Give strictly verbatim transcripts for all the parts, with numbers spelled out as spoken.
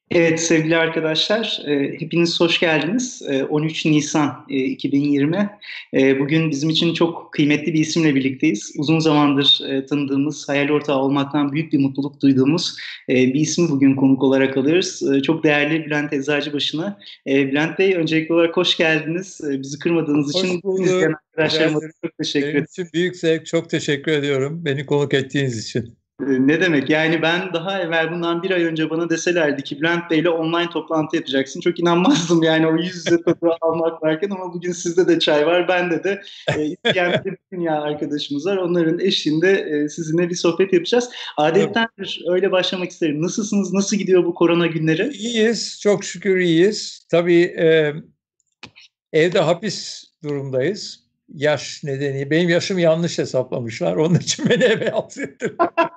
Evet sevgili arkadaşlar, e, hepiniz hoş geldiniz. E, on üç Nisan e, iki bin yirmi. E, bugün bizim için çok kıymetli bir isimle birlikteyiz. Uzun zamandır e, tanıdığımız, hayal ortağı olmaktan büyük bir mutluluk duyduğumuz e, bir ismi bugün konuk olarak alıyoruz. E, çok değerli Bülent Eczacıbaşı'na. E, Bülent Bey, öncelikli olarak hoş geldiniz. E, bizi kırmadığınız için Hoş bütün izleyen bulduk. arkadaşlarıma Rica da çok teşekkür Benim ederim. için büyük zevk. Çok teşekkür ediyorum beni konuk ettiğiniz için. E, Ne demek? Yani ben daha evvel bundan bir ay önce bana deselerdi ki Bülent Bey'le online toplantı yapacaksın. Çok inanmazdım yani o yüz yüze tadı almak varken ama bugün sizde de çay var. Bende de e, isteyen bir dünya arkadaşımız var. Onların eşliğinde e, sizinle bir sohbet yapacağız. Tabii. Adettendir öyle başlamak isterim. Nasılsınız? Nasıl gidiyor bu korona günleri? İyiyiz. Çok şükür iyiyiz. Tabii e, evde hapis durumdayız. Yaş nedeni. Benim yaşımı yanlış hesaplamışlar. Onun için beni eve hapsettiler.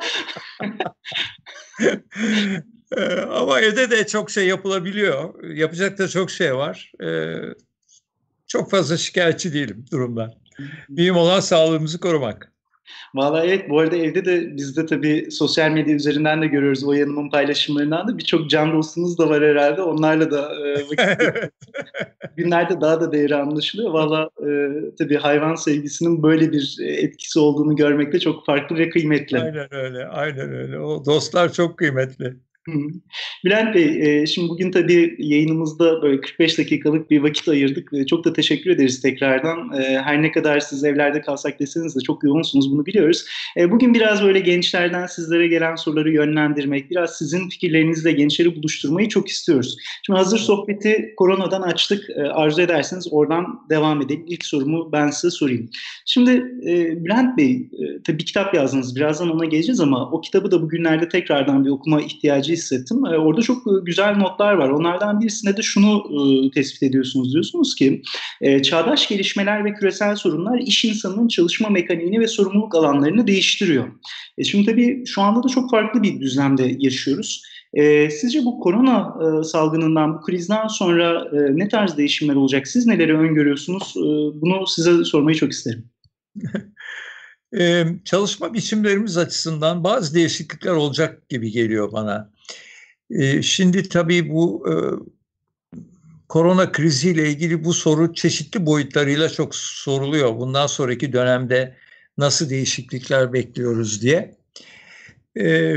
E, ama evde de çok şey yapılabiliyor. Yapacak da çok şey var. E, çok fazla şikayetçi değilim durumdan. Mühim olan sağlığımızı korumak. Vallahi evet, bu arada evde de biz de tabii sosyal medya üzerinden de görüyoruz o yanımın paylaşımlarından da birçok can dostumuz da var herhalde. Onlarla da e, vakit günlerde daha da değeri anlaşılıyor. Valla e, tabii hayvan sevgisinin böyle bir e, etkisi olduğunu görmek de çok farklı ve kıymetli. Aynen öyle, aynen öyle. O dostlar çok kıymetli. Hı. Bülent Bey, e, şimdi bugün tabii yayınımızda böyle kırk beş dakikalık bir vakit ayırdık. E, Çok da teşekkür ederiz tekrardan. E, Her ne kadar siz evlerde kalsak deseniz de çok yoğunsunuz, bunu biliyoruz. E, Bugün biraz böyle gençlerden sizlere gelen soruları yönlendirmek, biraz sizin fikirlerinizle gençleri buluşturmayı çok istiyoruz. Şimdi hazır sohbeti koronadan açtık. E, Arzu ederseniz oradan devam edelim. İlk sorumu ben size sorayım. Şimdi e, Bülent Bey, e, tabii bir kitap yazdınız. Birazdan ona geleceğiz ama o kitabı da bugünlerde tekrardan bir okuma ihtiyacı hissettim. E, orada çok e, güzel notlar var. Onlardan birisinde de şunu e, tespit ediyorsunuz. Diyorsunuz ki e, çağdaş gelişmeler ve küresel sorunlar iş insanının çalışma mekaniğini ve sorumluluk alanlarını değiştiriyor. E, şimdi tabii şu anda da çok farklı bir düzlemde yaşıyoruz. E, sizce bu korona e, salgınından, bu krizden sonra e, ne tarz değişimler olacak? Siz neleri öngörüyorsunuz? E, bunu size sormayı çok isterim. Ee, çalışma biçimlerimiz açısından bazı değişiklikler olacak gibi geliyor bana. Ee, şimdi tabii bu e, korona kriziyle ilgili bu soru çeşitli boyutlarıyla çok soruluyor. Bundan sonraki dönemde nasıl değişiklikler bekliyoruz diye. Ee,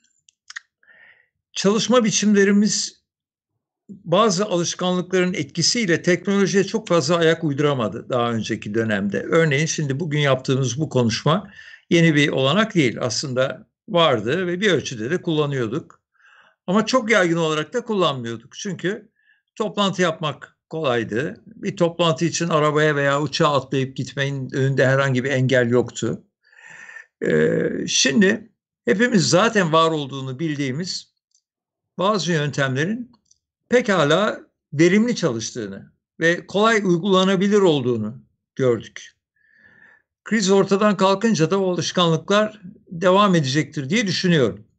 çalışma biçimlerimiz bazı alışkanlıkların etkisiyle teknolojiye çok fazla ayak uyduramadı daha önceki dönemde. Örneğin şimdi bugün yaptığımız bu konuşma yeni bir olanak değil. Aslında vardı ve bir ölçüde de kullanıyorduk. Ama çok yaygın olarak da kullanmıyorduk. Çünkü toplantı yapmak kolaydı. Bir toplantı için arabaya veya uçağa atlayıp gitmenin önünde herhangi bir engel yoktu. Ee, şimdi hepimiz zaten var olduğunu bildiğimiz bazı yöntemlerin pekala verimli çalıştığını ve kolay uygulanabilir olduğunu gördük. Kriz ortadan kalkınca da o alışkanlıklar devam edecektir diye düşünüyorum.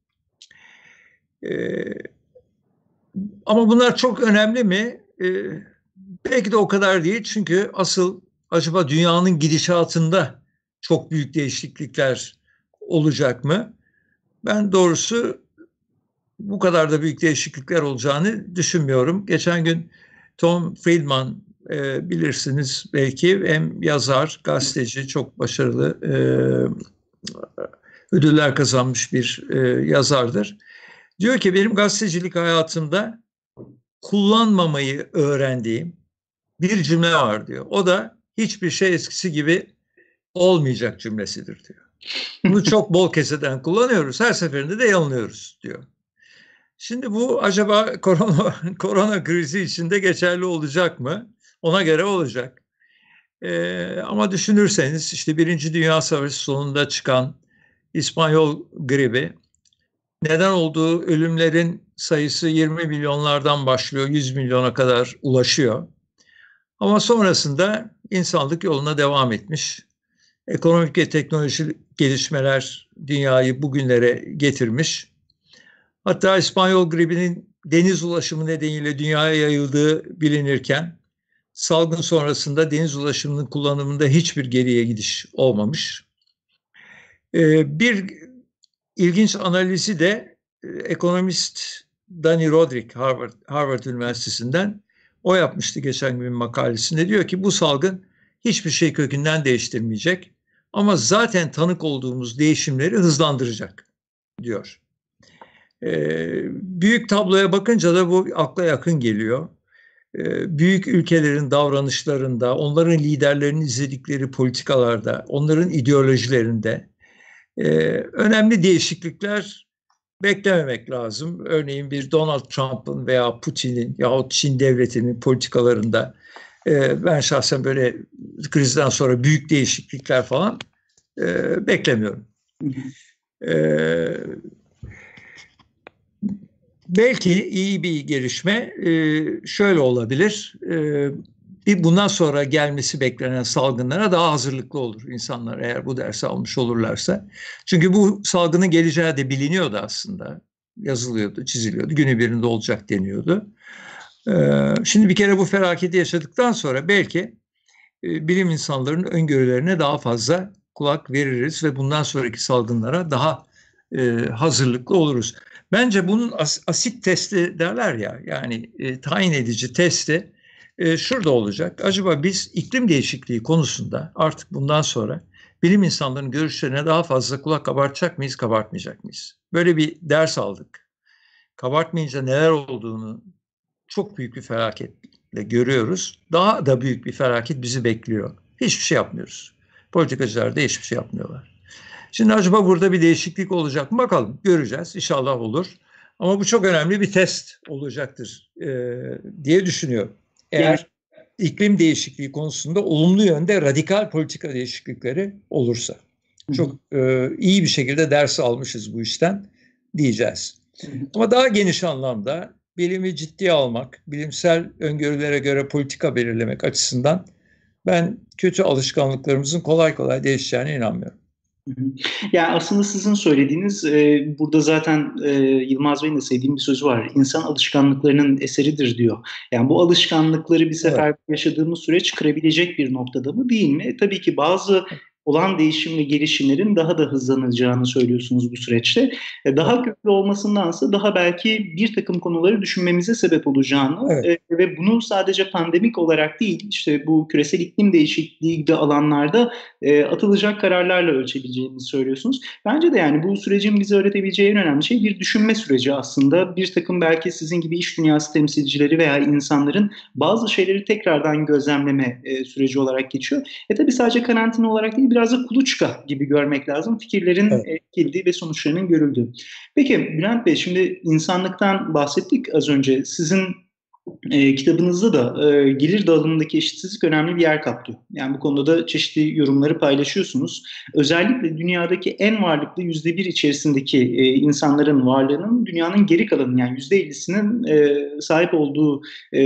Ee, ama bunlar çok önemli mi? Ee, belki de o kadar değil. Çünkü asıl acaba dünyanın gidişatında çok büyük değişiklikler olacak mı? Ben doğrusu bu kadar da büyük değişiklikler olacağını düşünmüyorum. Geçen gün Tom Friedman e, bilirsiniz belki, hem yazar, gazeteci, çok başarılı e, ödüller kazanmış bir e, yazardır. Diyor ki benim gazetecilik hayatımda kullanmamayı öğrendiğim bir cümle var diyor. O da hiçbir şey eskisi gibi olmayacak cümlesidir diyor. Bunu çok bol keseden kullanıyoruz. Her seferinde de yanılıyoruz diyor. Şimdi bu acaba korona, korona krizi içinde geçerli olacak mı? Ona göre olacak. Ee, ama düşünürseniz işte Birinci Dünya Savaşı sonunda çıkan İspanyol gribi neden olduğu ölümlerin sayısı yirmi milyonlardan başlıyor, yüz milyona kadar ulaşıyor. Ama sonrasında insanlık yoluna devam etmiş. Ekonomik ve teknolojik gelişmeler dünyayı bugünlere getirmiş. Hatta İspanyol gribinin deniz ulaşımı nedeniyle dünyaya yayıldığı bilinirken salgın sonrasında deniz ulaşımının kullanımında hiçbir geriye gidiş olmamış. Ee, bir ilginç analizi de e, ekonomist Danny Roderick Harvard, Harvard Üniversitesi'nden o yapmıştı geçen gün bir makalesinde. Diyor ki bu salgın hiçbir şey kökünden değiştirmeyecek ama zaten tanık olduğumuz değişimleri hızlandıracak diyor. Ee, büyük tabloya bakınca da bu akla yakın geliyor. Ee, büyük ülkelerin davranışlarında, onların liderlerinin izledikleri politikalarda, onların ideolojilerinde e, önemli değişiklikler beklememek lazım. Örneğin bir Donald Trump'ın veya Putin'in yahut Çin devletinin politikalarında e, ben şahsen böyle krizden sonra büyük değişiklikler falan e, beklemiyorum. E, belki iyi bir gelişme e, şöyle olabilir. E, bir bundan sonra gelmesi beklenen salgınlara daha hazırlıklı olur insanlar eğer bu dersi almış olurlarsa. Çünkü bu salgının geleceği de biliniyordu aslında. Yazılıyordu, çiziliyordu. Günü birinde olacak deniyordu. Ee, şimdi bir kere bu felaketi yaşadıktan sonra belki e, bilim insanlarının öngörülerine daha fazla kulak veririz ve bundan sonraki salgınlara daha e, hazırlıklı oluruz. Bence bunun as- asit testi derler ya, yani e, tayin edici testi e, şurada olacak. Acaba biz iklim değişikliği konusunda artık bundan sonra bilim insanlarının görüşlerine daha fazla kulak kabartacak mıyız, kabartmayacak mıyız? Böyle bir ders aldık. Kabartmayınca neler olduğunu çok büyük bir felaketle görüyoruz. Daha da büyük bir felaket bizi bekliyor. Hiçbir şey yapmıyoruz. Politikacılar da hiçbir şey yapmıyorlar. Şimdi acaba burada bir değişiklik olacak mı? Bakalım, göreceğiz. İnşallah olur. Ama bu çok önemli bir test olacaktır e, diye düşünüyorum. Yani Eğer iklim değişikliği konusunda olumlu yönde radikal politika değişiklikleri olursa. Çok e, iyi bir şekilde ders almışız bu işten diyeceğiz. Ama daha geniş anlamda bilimi ciddiye almak, bilimsel öngörülere göre politika belirlemek açısından ben kötü alışkanlıklarımızın kolay kolay değişeceğine inanmıyorum. Yani aslında sizin söylediğiniz e, burada zaten e, Yılmaz Bey'in de sevdiğim bir sözü var. İnsan alışkanlıklarının eseridir diyor. Yani bu alışkanlıkları bir Evet. sefer yaşadığımız süreç kırabilecek bir noktada mı değil mi? E, tabii ki bazı olan değişim ve gelişimlerin daha da hızlanacağını söylüyorsunuz bu süreçte. E, daha köklü olmasındansa daha belki bir takım konuları düşünmemize sebep olacağını Evet. e, ve bunu sadece pandemik olarak değil, işte bu küresel iklim değişikliği gibi alanlarda e, atılacak kararlarla ölçebileceğimizi söylüyorsunuz. Bence de yani bu sürecin bize öğretebileceği en önemli şey bir düşünme süreci aslında. Bir takım belki sizin gibi iş dünyası temsilcileri veya insanların bazı şeyleri tekrardan gözlemleme e, süreci olarak geçiyor. E tabii sadece karantina olarak değil, biraz da kuluçka gibi görmek lazım. Fikirlerin Evet. ekildiği ve sonuçlarının görüldüğü. Peki Bülent Bey, şimdi insanlıktan bahsettik az önce. Sizin e, kitabınızda da e, gelir dağılımındaki eşitsizlik önemli bir yer kaplıyor. Yani bu konuda da çeşitli yorumları paylaşıyorsunuz. Özellikle dünyadaki en varlıklı yüzde bir içerisindeki e, insanların varlığının dünyanın geri kalanının yani yüzde ellisinin e, sahip olduğu e,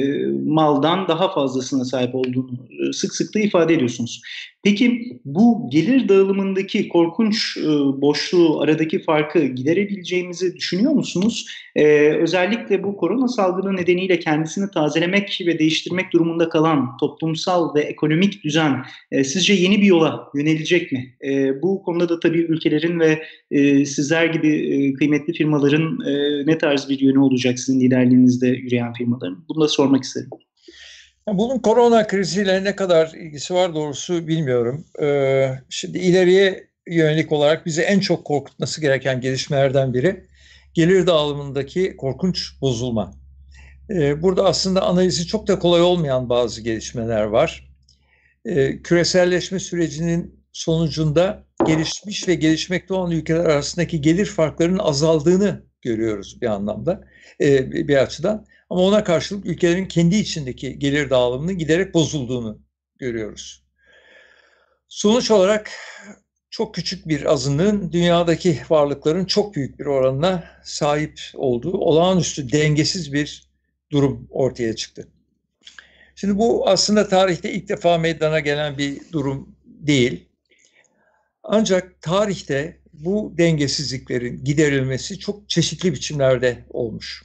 maldan daha fazlasına sahip olduğunu e, sık sık da ifade ediyorsunuz. Peki bu gelir dağılımındaki korkunç e, boşluğu, aradaki farkı giderebileceğimizi düşünüyor musunuz? Ee, özellikle bu korona salgını nedeniyle kendisini tazelemek ve değiştirmek durumunda kalan toplumsal ve ekonomik düzen e, sizce yeni bir yola yönelecek mi? E, bu konuda da tabii ülkelerin ve e, sizler gibi e, kıymetli firmaların e, ne tarz bir yönü olacak sizin liderliğinizde yürüyen firmaların? Bunu da sormak isterim. Bunun korona kriziyle ne kadar ilgisi var doğrusu bilmiyorum. Ee, şimdi ileriye yönelik olarak bizi en çok korkutması gereken gelişmelerden biri gelir dağılımındaki korkunç bozulma. Ee, burada aslında analizi çok da kolay olmayan bazı gelişmeler var. Ee, küreselleşme sürecinin sonucunda gelişmiş ve gelişmekte olan ülkeler arasındaki gelir farklarının azaldığını görüyoruz bir anlamda, e, bir açıdan. Ama ona karşılık ülkelerin kendi içindeki gelir dağılımının giderek bozulduğunu görüyoruz. Sonuç olarak çok küçük bir azınlığın dünyadaki varlıkların çok büyük bir oranına sahip olduğu olağanüstü dengesiz bir durum ortaya çıktı. Şimdi bu aslında tarihte ilk defa meydana gelen bir durum değil. Ancak tarihte bu dengesizliklerin giderilmesi çok çeşitli biçimlerde olmuş.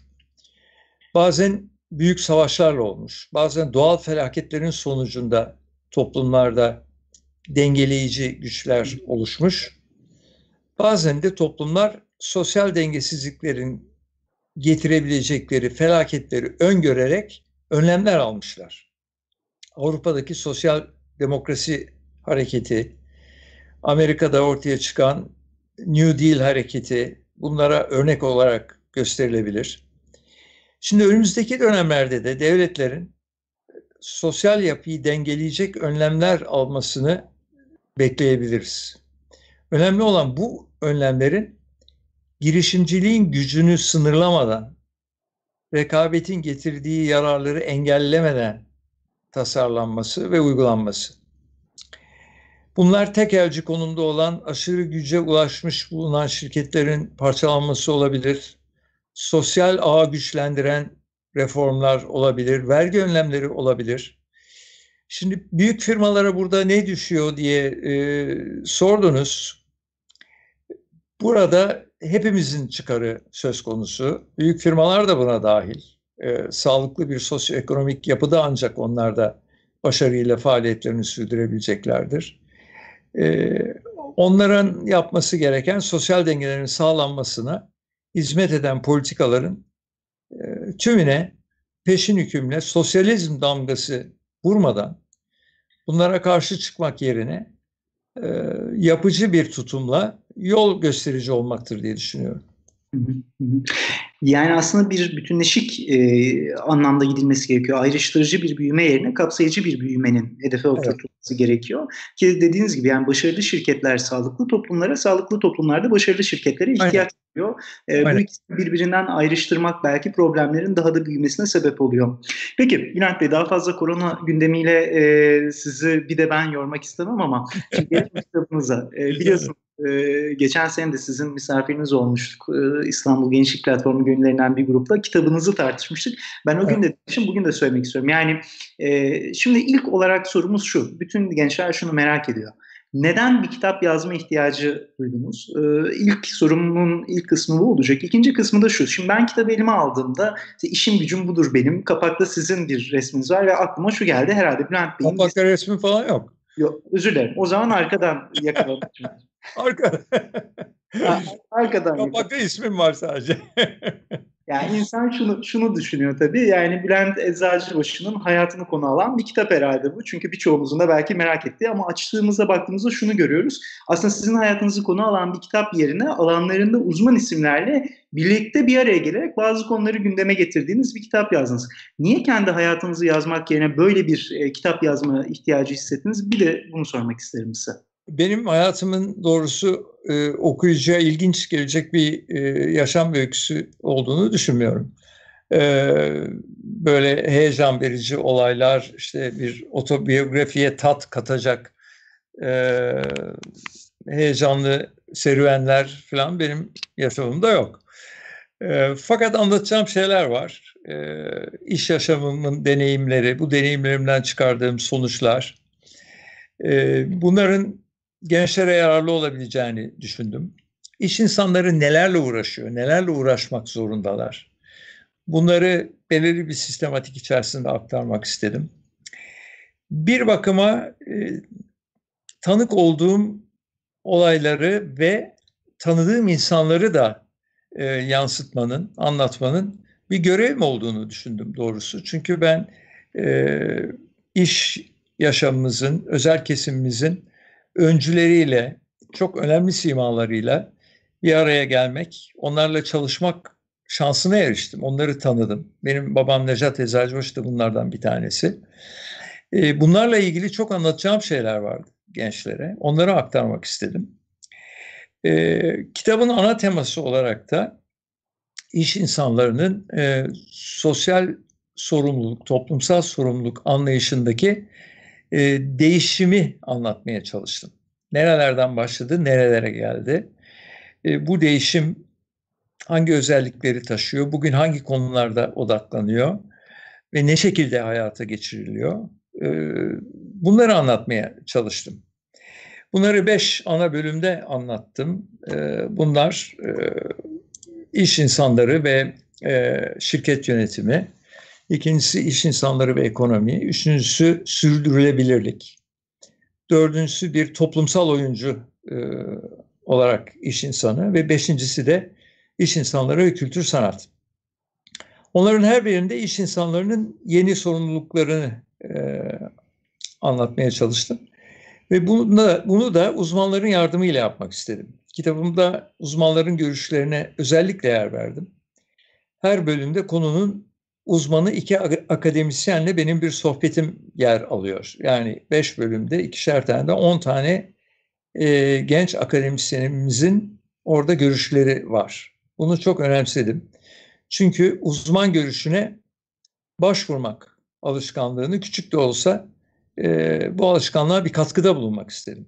Bazen büyük savaşlarla olmuş, bazen doğal felaketlerin sonucunda toplumlarda dengeleyici güçler oluşmuş. Bazen de toplumlar sosyal dengesizliklerin getirebilecekleri felaketleri öngörerek önlemler almışlar. Avrupa'daki sosyal demokrasi hareketi, Amerika'da ortaya çıkan New Deal hareketi bunlara örnek olarak gösterilebilir. Şimdi önümüzdeki dönemlerde de devletlerin sosyal yapıyı dengeleyecek önlemler almasını bekleyebiliriz. Önemli olan bu önlemlerin girişimciliğin gücünü sınırlamadan, rekabetin getirdiği yararları engellemeden tasarlanması ve uygulanması. Bunlar tekelci konumda olan, aşırı güce ulaşmış bulunan şirketlerin parçalanması olabilir, sosyal ağı güçlendiren reformlar olabilir, vergi önlemleri olabilir. Şimdi büyük firmalara burada ne düşüyor diye e, sordunuz. Burada hepimizin çıkarı söz konusu. Büyük firmalar da buna dahil. E, sağlıklı bir sosyoekonomik yapıda ancak onlar da başarıyla faaliyetlerini sürdürebileceklerdir. E, onların yapması gereken sosyal dengelerin sağlanmasına hizmet eden politikaların e, tümüne peşin hükümle sosyalizm damgası vurmadan bunlara karşı çıkmak yerine e, yapıcı bir tutumla yol gösterici olmaktır diye düşünüyorum. Yani aslında bir bütünleşik e, anlamda gidilmesi gerekiyor. Ayrıştırıcı bir büyüme yerine kapsayıcı bir büyümenin hedefe oturtulması evet. gerekiyor. Ki dediğiniz gibi yani başarılı şirketler sağlıklı toplumlara, sağlıklı toplumlarda başarılı şirketlere ihtiyaç duyuyor. E, bu ikisini birbirinden ayrıştırmak belki problemlerin daha da büyümesine sebep oluyor. Peki Bülent Bey, daha fazla korona gündemiyle e, sizi bir de ben yormak istemem ama şimdi gelelim kitabınıza. E, biliyorsunuz Ee, geçen sene de sizin misafiriniz olmuştuk. Ee, İstanbul Gençlik Platformu gönüllerinden bir grupla kitabınızı tartışmıştık. Ben o gün de demiştim, bugün de söylemek istiyorum. Yani e, şimdi ilk olarak sorumuz şu. Bütün gençler şunu merak ediyor. Neden bir kitap yazma ihtiyacı duydunuz? Ee, ilk sorumun ilk kısmı bu olacak. İkinci kısmı da şu. Şimdi ben kitabı elime aldığımda işte işim gücüm budur benim. Kapakta sizin bir resminiz var ve aklıma şu geldi. Herhalde Bülent Bey'in... Kapakta resmi falan yok. Yok, özür dilerim. O zaman arkadan yakalamışım. Arka. Arkadan. Kapakta ismim var sadece. Yani insan şunu şunu düşünüyor tabii. Yani Bülent Eczacıbaşı'nın hayatını konu alan bir kitap herhalde bu. Çünkü birçoğumuzun da belki merak ettiği, ama açtığımızda baktığımızda şunu görüyoruz. Aslında sizin hayatınızı konu alan bir kitap yerine alanlarında uzman isimlerle birlikte bir araya gelerek bazı konuları gündeme getirdiğiniz bir kitap yazdınız. Niye kendi hayatınızı yazmak yerine böyle bir e, kitap yazma ihtiyacı hissettiniz? Bir de bunu sormak isterim size. Benim hayatımın doğrusu e, okuyucuya ilginç gelecek bir e, yaşam öyküsü olduğunu düşünmüyorum. E, böyle heyecan verici olaylar, işte bir otobiyografiye tat katacak e, heyecanlı serüvenler falan benim yaşamımda yok. E, fakat anlatacağım şeyler var. E, iş yaşamımın deneyimleri, bu deneyimlerimden çıkardığım sonuçlar. E, bunların gençlere yararlı olabileceğini düşündüm. İş insanları nelerle uğraşıyor, nelerle uğraşmak zorundalar. Bunları belirli bir sistematik içerisinde aktarmak istedim. Bir bakıma e, tanık olduğum olayları ve tanıdığım insanları da e, yansıtmanın, anlatmanın bir görevim olduğunu düşündüm doğrusu. Çünkü ben e, iş yaşamımızın, özel kesimimizin öncüleriyle, çok önemli simalarıyla bir araya gelmek, onlarla çalışmak şansına eriştim. Onları tanıdım. Benim babam Necat Eczacıbaşı da bunlardan bir tanesi. Bunlarla ilgili çok anlatacağım şeyler vardı gençlere. Onları aktarmak istedim. Kitabın ana teması olarak da iş insanlarının sosyal sorumluluk, toplumsal sorumluluk anlayışındaki e, değişimi anlatmaya çalıştım. Nerelerden başladı, nerelere geldi? E, bu değişim hangi özellikleri taşıyor? Bugün hangi konularda odaklanıyor? Ve ne şekilde hayata geçiriliyor? E, bunları anlatmaya çalıştım. Bunları beş ana bölümde anlattım. E, bunlar e, iş insanları ve e, şirket yönetimi. İkincisi iş insanları ve ekonomi. Üçüncüsü sürdürülebilirlik. Dördüncüsü bir toplumsal oyuncu e, olarak iş insanı ve beşincisi de iş insanları ve kültür sanat. Onların her birinde iş insanlarının yeni sorumluluklarını e, anlatmaya çalıştım. Ve bunu da, bunu da uzmanların yardımıyla yapmak istedim. Kitabımda uzmanların görüşlerine özellikle yer verdim. Her bölümde konunun uzmanı iki akademisyenle benim bir sohbetim yer alıyor. Yani beş bölümde ikişer tane de on tane e, genç akademisyenimizin orada görüşleri var. Bunu çok önemsedim. Çünkü uzman görüşüne başvurmak alışkanlığını küçük de olsa e, bu alışkanlığa bir katkıda bulunmak istedim.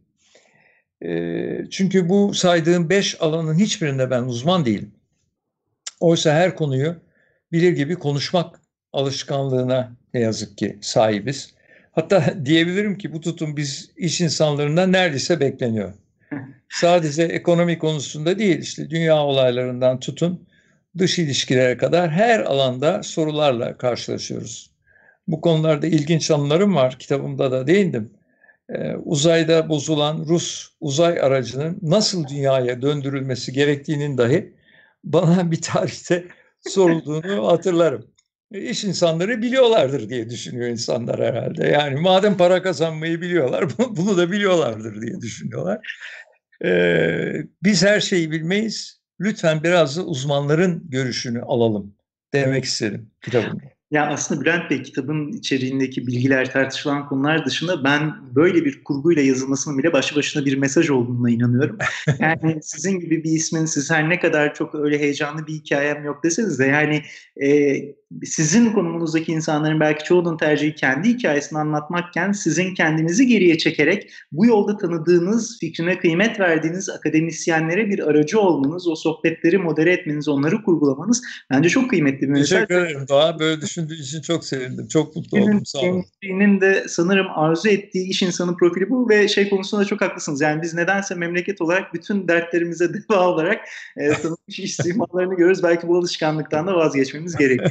E, çünkü bu saydığım beş alanın hiçbirinde ben uzman değilim. Oysa her konuyu bilir gibi konuşmak alışkanlığına ne yazık ki sahibiz. Hatta diyebilirim ki bu tutum biz iş insanlarından neredeyse bekleniyor. Sadece ekonomi konusunda değil, işte dünya olaylarından tutun dış ilişkilere kadar her alanda sorularla karşılaşıyoruz. Bu konularda ilginç anılarım var. Kitabımda da değindim. Ee, uzayda bozulan Rus uzay aracının nasıl dünyaya döndürülmesi gerektiğinin dahi bana bir tarihte sorulduğunu hatırlarım. E, İş insanları biliyorlardır diye düşünüyor insanlar herhalde. Yani madem para kazanmayı biliyorlar, bunu da biliyorlardır diye düşünüyorlar. Ee, biz her şeyi bilmeyiz. Lütfen biraz da uzmanların görüşünü alalım demek istedim kitabımda. Ya aslında Bülent Bey, kitabın içeriğindeki bilgiler, tartışılan konular dışında ben böyle bir kurguyla yazılmasının bile başlı başına bir mesaj olduğuna inanıyorum. Yani sizin gibi bir ismin, siz her ne kadar çok öyle heyecanlı bir hikayem yok deseniz de yani e, sizin konumunuzdaki insanların belki çoğunun tercihi kendi hikayesini anlatmakken sizin kendinizi geriye çekerek bu yolda tanıdığınız, fikrine kıymet verdiğiniz akademisyenlere bir aracı olmanız, o sohbetleri modere etmeniz, onları kurgulamanız bence çok kıymetli bir mesaj. Teşekkür ederim Doğa. Böyle düşündüğün için çok sevindim. Çok mutlu Günün oldum. Sağ olun. gençliğinin de sanırım arzu ettiği iş insanı profili bu ve şey konusunda çok haklısınız. Yani biz nedense memleket olarak bütün dertlerimize deva olarak e, tanınmış iş simalarını görürüz. Belki bu alışkanlıktan da vazgeçmemiz gerekiyor.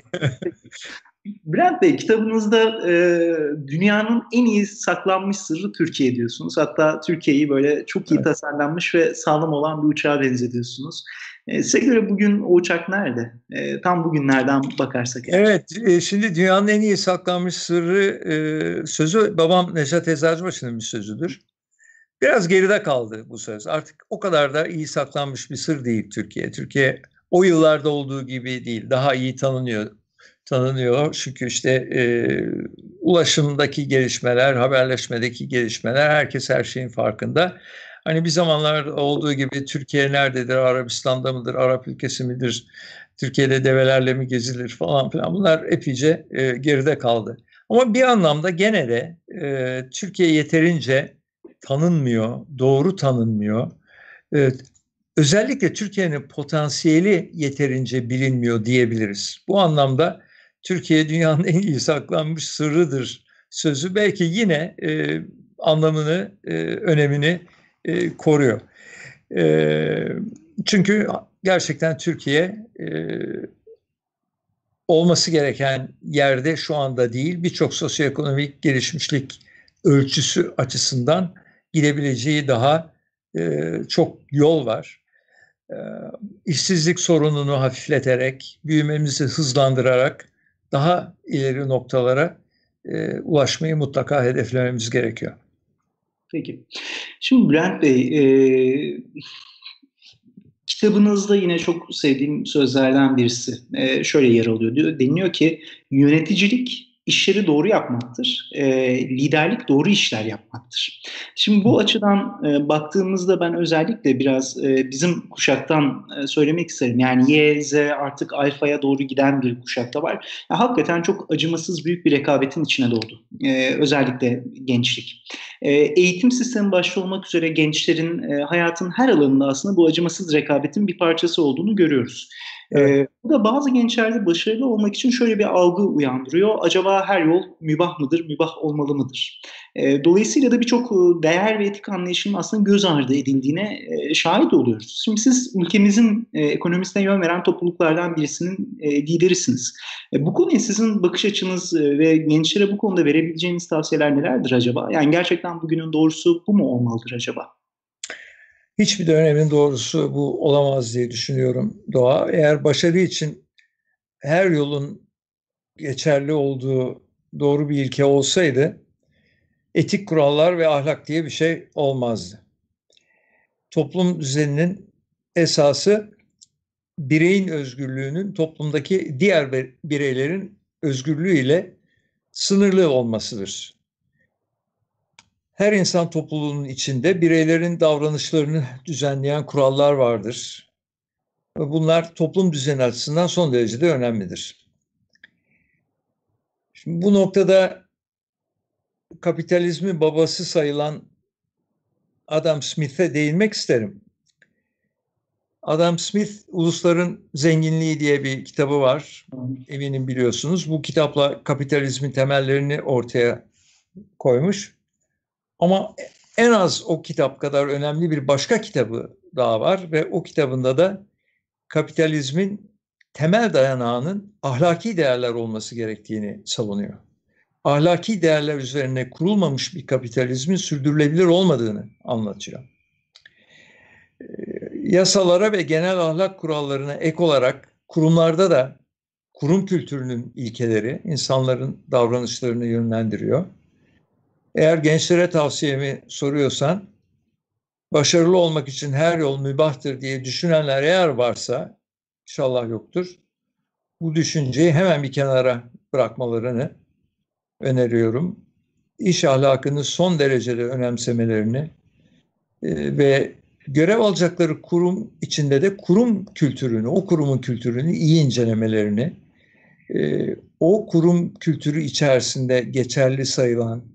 Bülent Bey, kitabınızda e, dünyanın en iyi saklanmış sırrı Türkiye diyorsunuz. Hatta Türkiye'yi böyle çok iyi Evet. tasarlanmış ve sağlam olan bir uçağa benzetiyorsunuz. E, size göre bugün o uçak nerede? E, tam bugünlerden bakarsak eğer. Evet, e, şimdi dünyanın en iyi saklanmış sırrı e, sözü babam Neşet Eczacıbaşı'nın bir sözüdür. Biraz geride kaldı bu söz. Artık o kadar da iyi saklanmış bir sır değil Türkiye. Türkiye o yıllarda olduğu gibi değil. Daha iyi tanınıyor. Tanınıyor çünkü işte e, ulaşımdaki gelişmeler, haberleşmedeki gelişmeler, herkes her şeyin farkında. Hani bir zamanlar olduğu gibi Türkiye nerededir, Arabistan'da mıdır, Arap ülkesi midir, Türkiye'de develerle mi gezilir falan filan, bunlar epeyce e, geride kaldı. Ama bir anlamda gene de e, Türkiye yeterince tanınmıyor, doğru tanınmıyor. E, özellikle Türkiye'nin potansiyeli yeterince bilinmiyor diyebiliriz. Bu anlamda Türkiye dünyanın en iyi saklanmış sırrıdır sözü belki yine e, anlamını, e, önemini e, koruyor. E, çünkü gerçekten Türkiye e, olması gereken yerde şu anda değil, birçok sosyoekonomik gelişmişlik ölçüsü açısından gidebileceği daha e, çok yol var. E, işsizlik sorununu hafifleterek, büyümemizi hızlandırarak daha ileri noktalara e, ulaşmayı mutlaka hedeflememiz gerekiyor. Peki. Şimdi Bülent Bey, e, kitabınızda yine çok sevdiğim sözlerden birisi e, şöyle yer alıyor diyor. Deniliyor ki yöneticilik işleri doğru yapmaktır, e, liderlik doğru işler yapmaktır. Şimdi bu açıdan e, baktığımızda ben özellikle biraz e, bizim kuşaktan e, söylemek isterim. Yani Y, Z artık Alfa'ya doğru giden bir kuşakta var. Ya, hakikaten çok acımasız büyük bir rekabetin içine doğdu. E, özellikle gençlik. E, eğitim sistemi başta olmak üzere gençlerin e, hayatın her alanında aslında bu acımasız rekabetin bir parçası olduğunu görüyoruz. Evet. E, bu da bazı gençlerde başarılı olmak için şöyle bir algı uyandırıyor. Acaba her yol mübah mıdır, mübah olmalı mıdır? E, dolayısıyla da birçok değer ve etik anlayışının aslında göz ardı edildiğine e, şahit oluyoruz. Şimdi siz ülkemizin e, ekonomisine yön veren topluluklardan birisinin e, liderisiniz. E, bu konuya sizin bakış açınız e, ve gençlere bu konuda verebileceğiniz tavsiyeler nelerdir acaba? Yani gerçekten bugünün doğrusu bu mu olmalıdır acaba? Hiçbir dönemin doğrusu bu olamaz diye düşünüyorum Doğa. Eğer başarı için her yolun geçerli olduğu doğru bir ilke olsaydı etik kurallar ve ahlak diye bir şey olmazdı. Toplum düzeninin esası bireyin özgürlüğünün toplumdaki diğer bireylerin özgürlüğüyle sınırlı olmasıdır. Her insan topluluğunun içinde bireylerin davranışlarını düzenleyen kurallar vardır. Bunlar toplum düzeni açısından son derece de önemlidir. Şimdi bu noktada kapitalizmin babası sayılan Adam Smith'e değinmek isterim. Adam Smith, Ulusların Zenginliği diye bir kitabı var. Eminim biliyorsunuz. Bu kitapla kapitalizmin temellerini ortaya koymuş. Ama en az o kitap kadar önemli bir başka kitabı daha var ve o kitabında da kapitalizmin temel dayanağının ahlaki değerler olması gerektiğini savunuyor. Ahlaki değerler üzerine kurulmamış bir kapitalizmin sürdürülebilir olmadığını anlatıyor. Yasalara ve genel ahlak kurallarına ek olarak kurumlarda da kurum kültürünün ilkeleri insanların davranışlarını yönlendiriyor. Eğer gençlere tavsiyemi soruyorsan, başarılı olmak için her yol mübahtır diye düşünenler eğer varsa, inşallah yoktur, bu düşünceyi hemen bir kenara bırakmalarını öneriyorum. İş ahlakını son derecede önemsemelerini e, ve görev alacakları kurum içinde de kurum kültürünü, o kurumun kültürünü iyi incelemelerini, e, o kurum kültürü içerisinde geçerli sayılan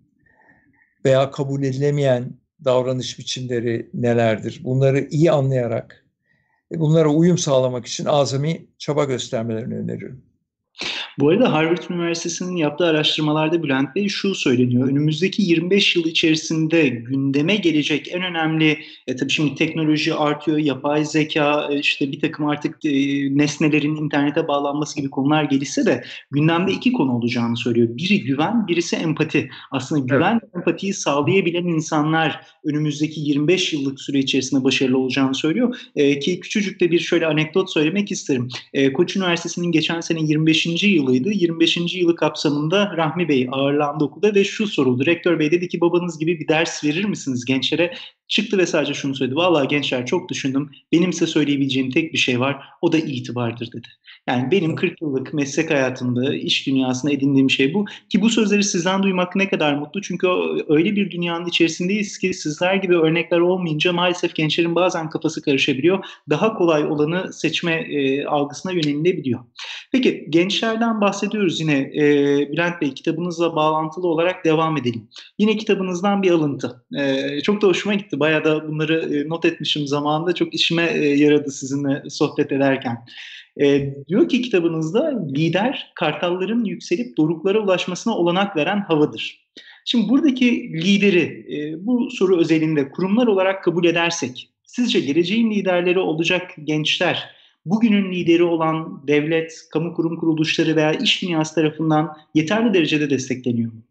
veya kabul edilemeyen davranış biçimleri nelerdir? Bunları iyi anlayarak bunlara uyum sağlamak için azami çaba göstermelerini öneriyorum. Bu arada Harvard Üniversitesi'nin yaptığı araştırmalarda Bülent Bey şu söyleniyor. Önümüzdeki yirmi beş yıl içerisinde gündeme gelecek en önemli, e, tabii şimdi teknoloji artıyor, yapay zeka, e, işte bir takım artık e, nesnelerin internete bağlanması gibi konular gelişse de gündemde iki konu olacağını söylüyor. Biri güven, birisi empati. Aslında güven ve evet. empatiyi sağlayabilen insanlar önümüzdeki yirmi beş yıllık süre içerisinde başarılı olacağını söylüyor. E, ki küçücük de bir şöyle anekdot söylemek isterim. E, Koç Üniversitesi'nin geçen sene yirmi beşinci yılı yirmi beşinci yılı kapsamında Rahmi Bey ağırlandı okulda ve şu soruldu. Rektör Bey dedi ki babanız gibi bir ders verir misiniz gençlere? Çıktı ve sadece şunu söyledi. Vallahi gençler çok düşündüm. Benim size söyleyebileceğim tek bir şey var. O da itibardır dedi. Yani benim kırk yıllık meslek hayatımda, iş dünyasında edindiğim şey bu. Ki bu sözleri sizden duymak ne kadar mutlu. Çünkü öyle bir dünyanın içerisindeyiz ki sizler gibi örnekler olmayınca maalesef gençlerin bazen kafası karışabiliyor. Daha kolay olanı seçme e, algısına yönelilebiliyor. Peki gençlerden bahsediyoruz yine. E, Bülent Bey, kitabınızla bağlantılı olarak devam edelim. Yine kitabınızdan bir alıntı. E, çok da hoşuma gitti. Bayağı da bunları e, not etmişim zamanında. Çok işime e, yaradı sizinle sohbet ederken. E, diyor ki kitabınızda lider kartalların yükselip doruklara ulaşmasına olanak veren havadır. Şimdi buradaki lideri e, bu soru özelinde kurumlar olarak kabul edersek sizce geleceğin liderleri olacak gençler bugünün lideri olan devlet, kamu kurum kuruluşları veya iş dünyası tarafından yeterli derecede destekleniyor mu?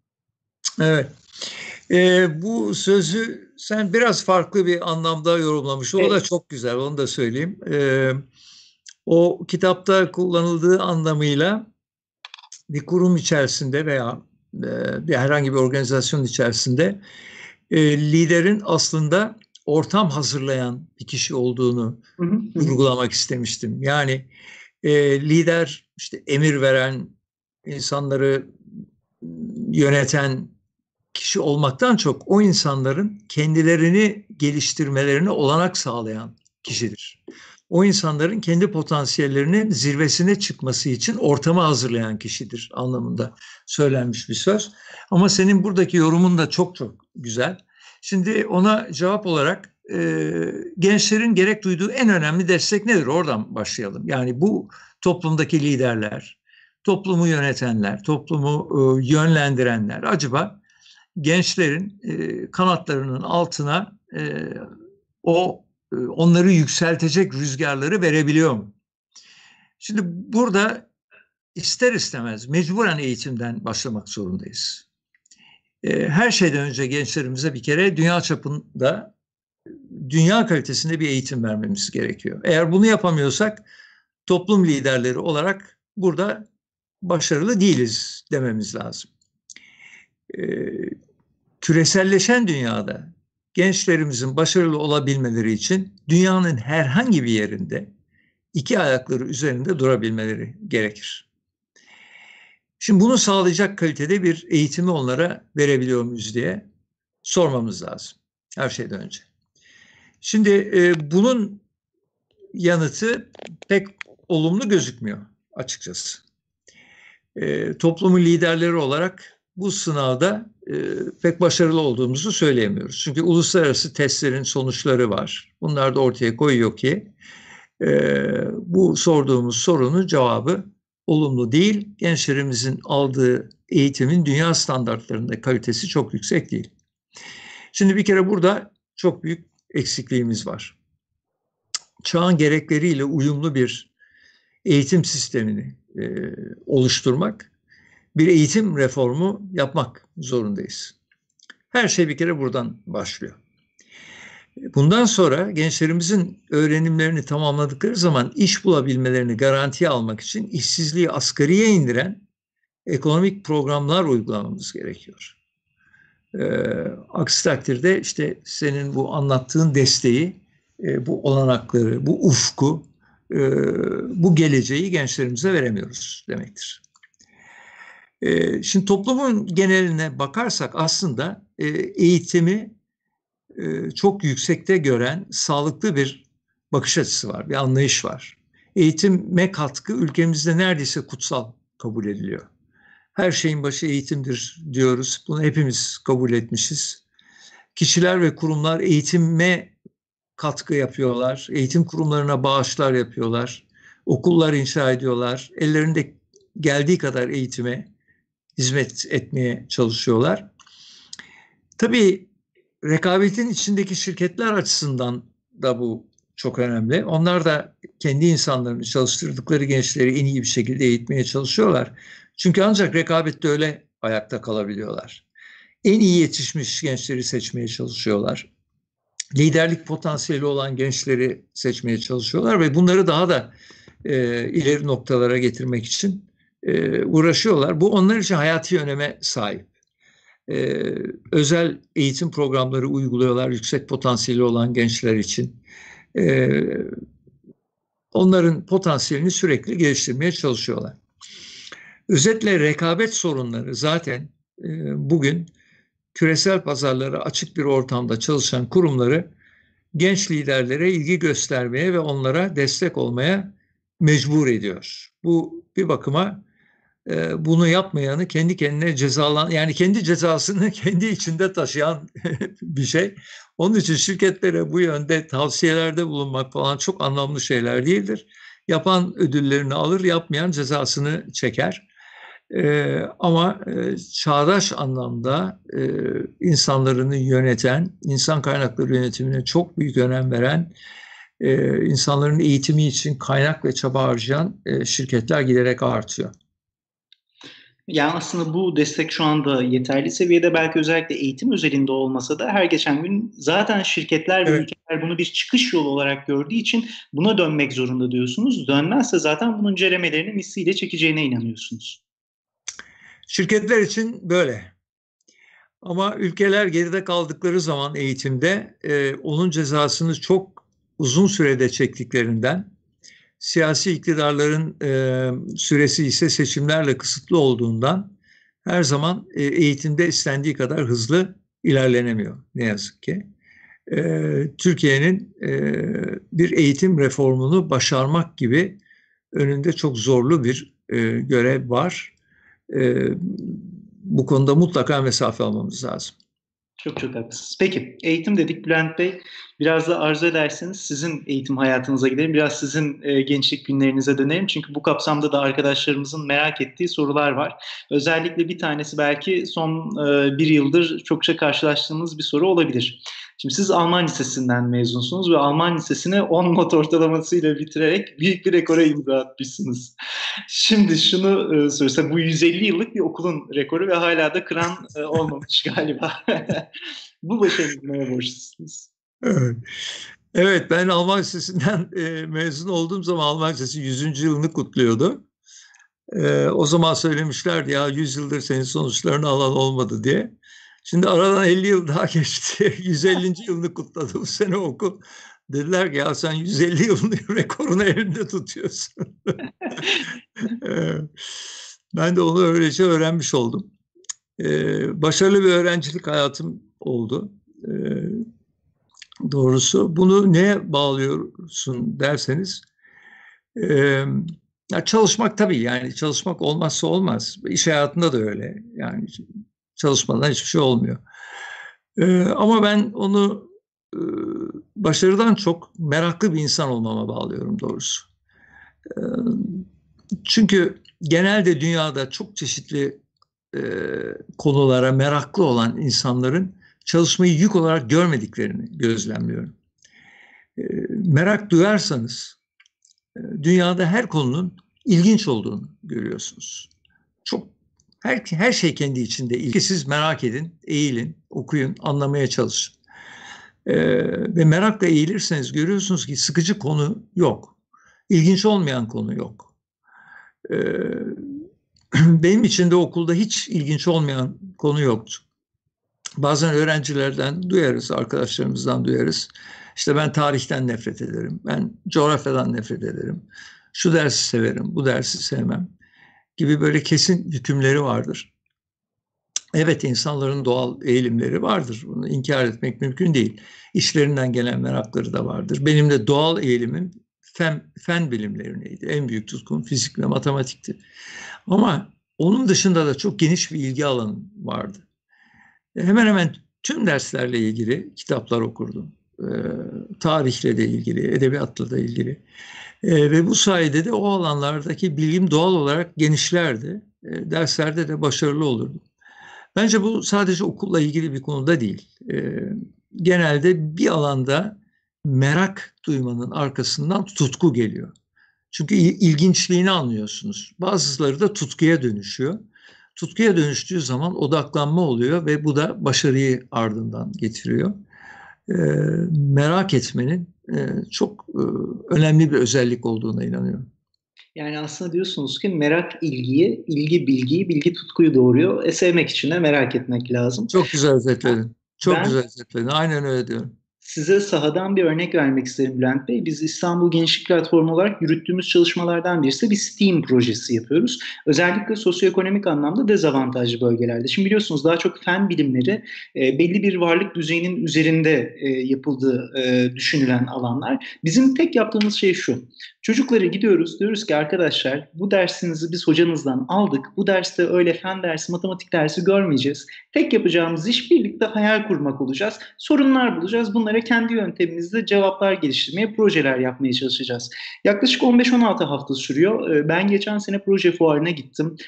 Evet. E, bu sözü sen biraz farklı bir anlamda yorumlamışsın. Evet. O da çok güzel, onu da söyleyeyim. E, o kitapta kullanıldığı anlamıyla bir kurum içerisinde veya e, bir herhangi bir organizasyon içerisinde e, liderin aslında ortam hazırlayan bir kişi olduğunu hı hı. vurgulamak istemiştim. Yani e, lider işte emir veren, insanları yöneten kişi olmaktan çok o insanların kendilerini geliştirmelerine olanak sağlayan kişidir. O insanların kendi potansiyellerinin zirvesine çıkması için ortamı hazırlayan kişidir anlamında söylenmiş bir söz. Ama senin buradaki yorumun da çok çok güzel. Şimdi ona cevap olarak e, gençlerin gerek duyduğu en önemli destek nedir? Oradan başlayalım. Yani bu toplumdaki liderler, toplumu yönetenler, toplumu e, yönlendirenler acaba gençlerin e, kanatlarının altına e, o e, onları yükseltecek rüzgarları verebiliyor mu? Şimdi burada ister istemez mecburen eğitimden başlamak zorundayız. E, her şeyden önce gençlerimize bir kere dünya çapında, dünya kalitesinde bir eğitim vermemiz gerekiyor. Eğer bunu yapamıyorsak toplum liderleri olarak burada başarılı değiliz dememiz lazım. Ee, küreselleşen dünyada gençlerimizin başarılı olabilmeleri için dünyanın herhangi bir yerinde iki ayakları üzerinde durabilmeleri gerekir. Şimdi bunu sağlayacak kalitede bir eğitimi onlara verebiliyor muyuz diye sormamız lazım her şeyden önce. Şimdi e, bunun yanıtı pek olumlu gözükmüyor açıkçası. E, toplumun liderleri olarak bu sınavda e, pek başarılı olduğumuzu söyleyemiyoruz. Çünkü uluslararası testlerin sonuçları var. Bunlar da ortaya koyuyor ki e, bu sorduğumuz sorunun cevabı olumlu değil. Gençlerimizin aldığı eğitimin dünya standartlarında kalitesi çok yüksek değil. Şimdi bir kere burada çok büyük eksikliğimiz var. Çağın gerekleriyle uyumlu bir eğitim sistemini e, oluşturmak, bir eğitim reformu yapmak zorundayız. Her şey bir kere buradan başlıyor. Bundan sonra gençlerimizin öğrenimlerini tamamladıkları zaman iş bulabilmelerini garantiye almak için işsizliği asgariye indiren ekonomik programlar uygulamamız gerekiyor. E, aksi takdirde işte senin bu anlattığın desteği, e, bu olanakları, bu ufku, e, bu geleceği gençlerimize veremiyoruz demektir. E, şimdi toplumun geneline bakarsak aslında e, eğitimi e, çok yüksekte gören sağlıklı bir bakış açısı var, bir anlayış var. Eğitime katkı ülkemizde neredeyse kutsal kabul ediliyor. Her şeyin başı eğitimdir diyoruz. Bunu hepimiz kabul etmişiz. Kişiler ve kurumlar eğitime katkı yapıyorlar. Eğitim kurumlarına bağışlar yapıyorlar. Okullar inşa ediyorlar. Ellerinde geldiği kadar eğitime hizmet etmeye çalışıyorlar. Tabii rekabetin içindeki şirketler açısından da bu çok önemli. Onlar da kendi insanlarını, çalıştırdıkları gençleri en iyi bir şekilde eğitmeye çalışıyorlar. Çünkü ancak rekabette öyle ayakta kalabiliyorlar. En iyi yetişmiş gençleri seçmeye çalışıyorlar. Liderlik potansiyeli olan gençleri seçmeye çalışıyorlar ve bunları daha da e, ileri noktalara getirmek için e, uğraşıyorlar. Bu onlar için hayati öneme sahip. E, özel eğitim programları uyguluyorlar yüksek potansiyeli olan gençler için. E, onların potansiyelini sürekli geliştirmeye çalışıyorlar. Özetle rekabet sorunları zaten e, bugün küresel pazarlara açık bir ortamda çalışan kurumları genç liderlere ilgi göstermeye ve onlara destek olmaya mecbur ediyor. Bu bir bakıma e, bunu yapmayanı kendi kendine cezalan, yani kendi cezasını kendi içinde taşıyan bir şey. Onun için şirketlere bu yönde tavsiyelerde bulunmak falan çok anlamlı şeyler değildir. Yapan ödüllerini alır, yapmayan cezasını çeker. Ee, ama e, çağdaş anlamda e, insanlarını yöneten, insan kaynakları yönetimine çok büyük önem veren, e, insanların eğitimi için kaynak ve çaba harcayan e, şirketler giderek artıyor. Yani aslında bu destek şu anda yeterli seviyede, belki özellikle eğitim özelinde olmasa da her geçen gün zaten şirketler ve Evet. ülkeler bunu bir çıkış yolu olarak gördüğü için buna dönmek zorunda diyorsunuz. Dönmezse zaten bunun ceremelerini misliyle çekeceğine inanıyorsunuz. Şirketler için böyle. Ama ülkeler geride kaldıkları zaman eğitimde e, onun cezasını çok uzun sürede çektiklerinden, siyasi iktidarların e, süresi ise seçimlerle kısıtlı olduğundan her zaman e, eğitimde istendiği kadar hızlı ilerlenemiyor ne yazık ki. E, Türkiye'nin e, bir eğitim reformunu başarmak gibi önünde çok zorlu bir e, görev var. E, bu konuda mutlaka mesafe almamız lazım. Çok çok haklısınız. Peki, eğitim dedik Bülent Bey. Biraz da arzu ederseniz sizin eğitim hayatınıza gidelim. Biraz sizin e, gençlik günlerinize dönelim. Çünkü bu kapsamda da arkadaşlarımızın merak ettiği sorular var. Özellikle bir tanesi belki son e, bir yıldır çokça karşılaştığımız bir soru olabilir. Şimdi siz Alman Lisesi'nden mezunsunuz ve Alman Lisesi'ni on not ortalamasıyla bitirerek büyük bir rekora imza atmışsınız. Şimdi şunu e, söylesem, bu yüz elli yıllık bir okulun rekoru ve hala da kıran e, olmamış galiba. Bu başarınızı neye borçlusunuz? Evet. Evet, ben Alman Lisesi'nden e, mezun olduğum zaman Alman Lisesi yüzüncü yılını kutluyordu. Ee, o zaman söylemişlerdi ya yüz yıldır senin sonuçlarını alan olmadı diye. Şimdi aradan elli yıl daha geçti. yüz ellinci yılını kutladı bu sene okul. Dediler ki ya sen yüz elli yılın rekorunu elinde tutuyorsun. Ee, ben de onu öylece öğrenmiş oldum. Ee, başarılı bir öğrencilik hayatım oldu. Ee, doğrusu bunu neye bağlıyorsun derseniz, e, ya çalışmak tabii, yani çalışmak olmazsa olmaz. İş hayatında da öyle. Yani çalışmadan hiçbir şey olmuyor. Ee, ama ben onu e, başarıdan çok meraklı bir insan olmama bağlıyorum doğrusu. Ee, çünkü genelde dünyada çok çeşitli e, konulara meraklı olan insanların çalışmayı yük olarak görmediklerini gözlemliyorum. E, merak duyarsanız e, dünyada her konunun ilginç olduğunu görüyorsunuz. Çok her, her şey kendi içinde ilgi. Siz merak edin, eğilin, okuyun, anlamaya çalışın. E, ve merakla eğilirseniz görüyorsunuz ki sıkıcı konu yok. İlginç olmayan konu yok. E, benim için de okulda hiç ilginç olmayan konu yoktu. Bazen öğrencilerden duyarız, arkadaşlarımızdan duyarız. İşte ben tarihten nefret ederim, ben coğrafyadan nefret ederim, şu dersi severim, bu dersi sevmem gibi böyle kesin hükümleri vardır. Evet, insanların doğal eğilimleri vardır, bunu inkar etmek mümkün değil. İşlerinden gelen merakları da vardır. Benim de doğal eğilimim fen, fen bilimlerineydi. En büyük tutkum fizik ve matematikti. Ama onun dışında da çok geniş bir ilgi alanım vardı. Hemen hemen tüm derslerle ilgili kitaplar okurdum. E, tarihle de ilgili, edebiyatla da ilgili. E, ve bu sayede de o alanlardaki bilgim doğal olarak genişlerdi. E, derslerde de başarılı olurdum. Bence bu sadece okulla ilgili bir konuda değil. E, genelde bir alanda merak duymanın arkasından tutku geliyor. Çünkü ilginçliğini anlıyorsunuz. Bazıları da tutkuya dönüşüyor. Tutkuya dönüştüğü zaman odaklanma oluyor ve bu da başarıyı ardından getiriyor. E, merak etmenin e, çok e, önemli bir özellik olduğuna inanıyorum. Yani aslında diyorsunuz ki merak ilgiyi, ilgi bilgiyi, bilgi tutkuyu doğuruyor. E, sevmek için de merak etmek lazım. Çok güzel özetledin. Çok Ben güzel özetledin. Aynen öyle diyorum. size sahadan bir örnek vermek isterim Bülent Bey. Biz İstanbul Gençlik Platformu olarak yürüttüğümüz çalışmalardan birisi bir STEAM projesi yapıyoruz. Özellikle sosyoekonomik anlamda dezavantajlı bölgelerde. Şimdi biliyorsunuz daha çok fen bilimleri e, belli bir varlık düzeyinin üzerinde e, yapıldığı e, düşünülen alanlar. Bizim tek yaptığımız şey şu. Çocuklara gidiyoruz, diyoruz ki arkadaşlar bu dersinizi biz hocanızdan aldık. Bu derste öyle fen dersi, matematik dersi görmeyeceğiz. Tek yapacağımız iş birlikte hayal kurmak olacağız. Sorunlar bulacağız. Bunlara kendi yöntemimizde cevaplar geliştirmeye, projeler yapmaya çalışacağız. Yaklaşık on beş on altı hafta sürüyor. Ben geçen sene proje fuarına gittim.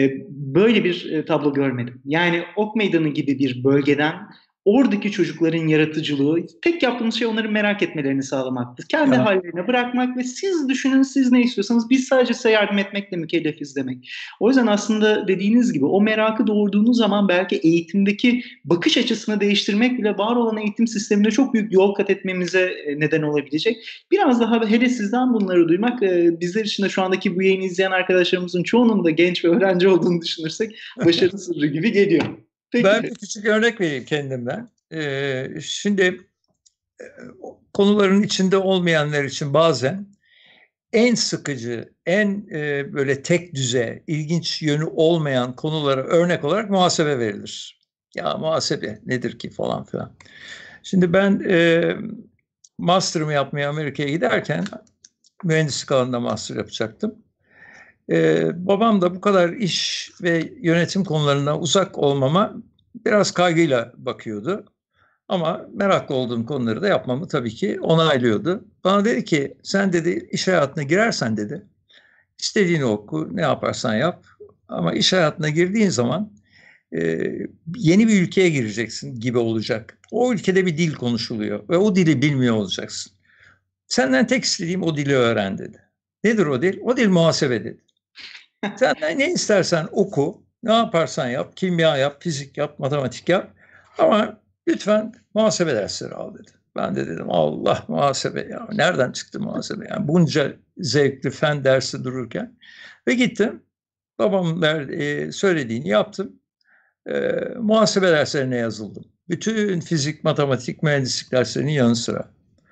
Böyle bir tablo görmedim. Yani Ok Meydanı gibi bir bölgeden oradaki çocukların yaratıcılığı, tek yaptığımız şey onların merak etmelerini sağlamaktı. Kendi Ya, hallerine bırakmak ve siz düşünün, siz ne istiyorsanız biz sadece size yardım etmekle mükellefiz demek. O yüzden aslında dediğiniz gibi o merakı doğurduğunuz zaman belki eğitimdeki bakış açısını değiştirmek bile var olan eğitim sisteminde çok büyük yol kat etmemize neden olabilecek. Biraz daha hele sizden bunları duymak, bizler için de şu andaki bu yayını izleyen arkadaşlarımızın çoğunun da genç ve öğrenci olduğunu düşünürsek başarı sırrı gibi geliyor. Peki. ben bir küçük örnek vereyim kendimden. Ee, şimdi e, konuların içinde olmayanlar için bazen en sıkıcı, en e, böyle tek düze, ilginç yönü olmayan konulara örnek olarak muhasebe verilir. Ya muhasebe nedir ki falan filan. Şimdi ben e, master'ımı yapmaya Amerika'ya giderken mühendislik alanında master yapacaktım. Ee, babam da bu kadar iş ve yönetim konularından uzak olmama biraz kaygıyla bakıyordu. Ama meraklı olduğum konuları da yapmamı tabii ki onaylıyordu. Bana dedi ki sen dedi iş hayatına girersen dedi istediğini oku, ne yaparsan yap. Ama iş hayatına girdiğin zaman e, yeni bir ülkeye gireceksin gibi olacak. O ülkede bir dil konuşuluyor ve o dili bilmiyor olacaksın. Senden tek istediğim o dili öğren dedi. Nedir o dil? O dil muhasebe dedi. Sen ne istersen oku, ne yaparsan yap, kimya yap, fizik yap, matematik yap. Ama lütfen muhasebe dersleri al dedi. Ben de dedim Allah muhasebe ya. Nereden çıktı muhasebe? Yani bunca zevkli fen dersi dururken. Ve gittim. Babamın ver, e, söylediğini yaptım. E, muhasebe derslerine yazıldım. Bütün fizik, matematik, mühendislik derslerinin yanı sıra.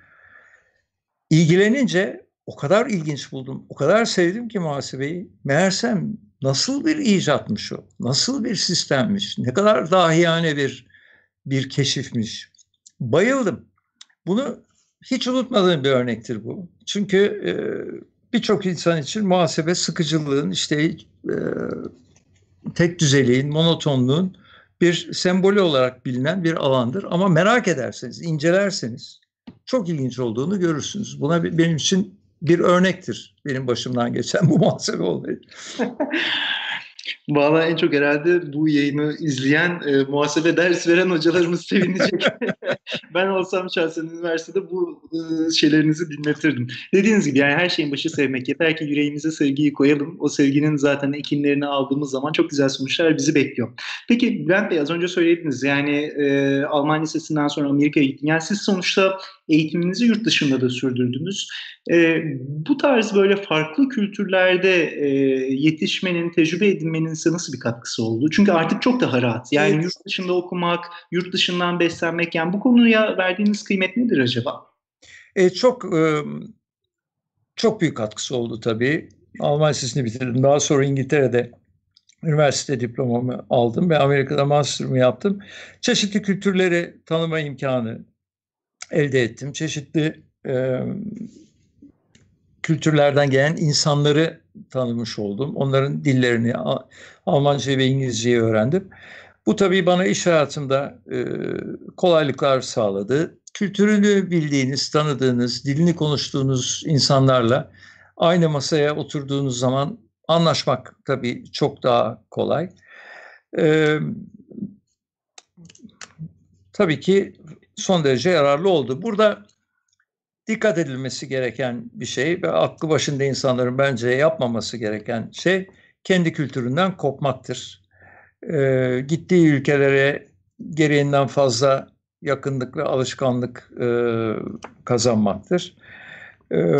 İlgilenince o kadar ilginç buldum, o kadar sevdim ki muhasebeyi. Meğersem nasıl bir icatmış o, nasıl bir sistemmiş, ne kadar dahiyane bir bir keşifmiş. Bayıldım. Bunu hiç unutmadığım bir örnektir bu. Çünkü e, birçok insan için muhasebe sıkıcılığın, işte e, tek düzeliğin, monotonluğun bir sembolü olarak bilinen bir alandır. Ama merak ederseniz, incelerseniz çok ilginç olduğunu görürsünüz. Buna benim için bir örnektir benim başımdan geçen bu muhasebe olayı. Vallahi en çok herhalde bu yayını izleyen e, muhasebe ders veren hocalarımız sevinecek. Ben olsam şahsen üniversitede bu e, şeylerinizi dinletirdim. Dediğiniz gibi yani her şeyin başı sevmek. Yeter ki yüreğimize sevgiyi koyalım. O sevginin zaten ekinlerini aldığımız zaman çok güzel sonuçlar bizi bekliyor. Peki Bülent Bey az önce söylediniz yani e, Alman lisesinden sonra Amerika'ya gittiniz. Yani siz sonuçta eğitiminizi yurt dışında da sürdürdünüz. E, bu tarz böyle farklı kültürlerde e, yetişmenin, tecrübe edinmenin size nasıl bir katkısı oldu? Çünkü artık çok daha rahat. Yani Evet. yurt dışında okumak, yurt dışından beslenmek. Yani bu konuya verdiğiniz kıymet nedir acaba? E, çok e, çok büyük katkısı oldu tabii. Alman Lisesi'ni bitirdim. Daha sonra İngiltere'de üniversite diplomamı aldım ve Amerika'da master'ımı yaptım. Çeşitli kültürleri tanıma imkanı elde ettim. Çeşitli e, kültürlerden gelen insanları tanımış oldum. Onların dillerini, Almanca ve İngilizceyi öğrendim. Bu tabii bana iş hayatımda e, kolaylıklar sağladı. Kültürünü bildiğiniz, tanıdığınız, dilini konuştuğunuz insanlarla aynı masaya oturduğunuz zaman anlaşmak tabii çok daha kolay. E, tabii ki son derece yararlı oldu. Burada dikkat edilmesi gereken bir şey ve aklı başında insanların bence yapmaması gereken şey kendi kültüründen kopmaktır. Ee, gittiği ülkelere gereğinden fazla yakınlık ve alışkanlık e, kazanmaktır. Ee,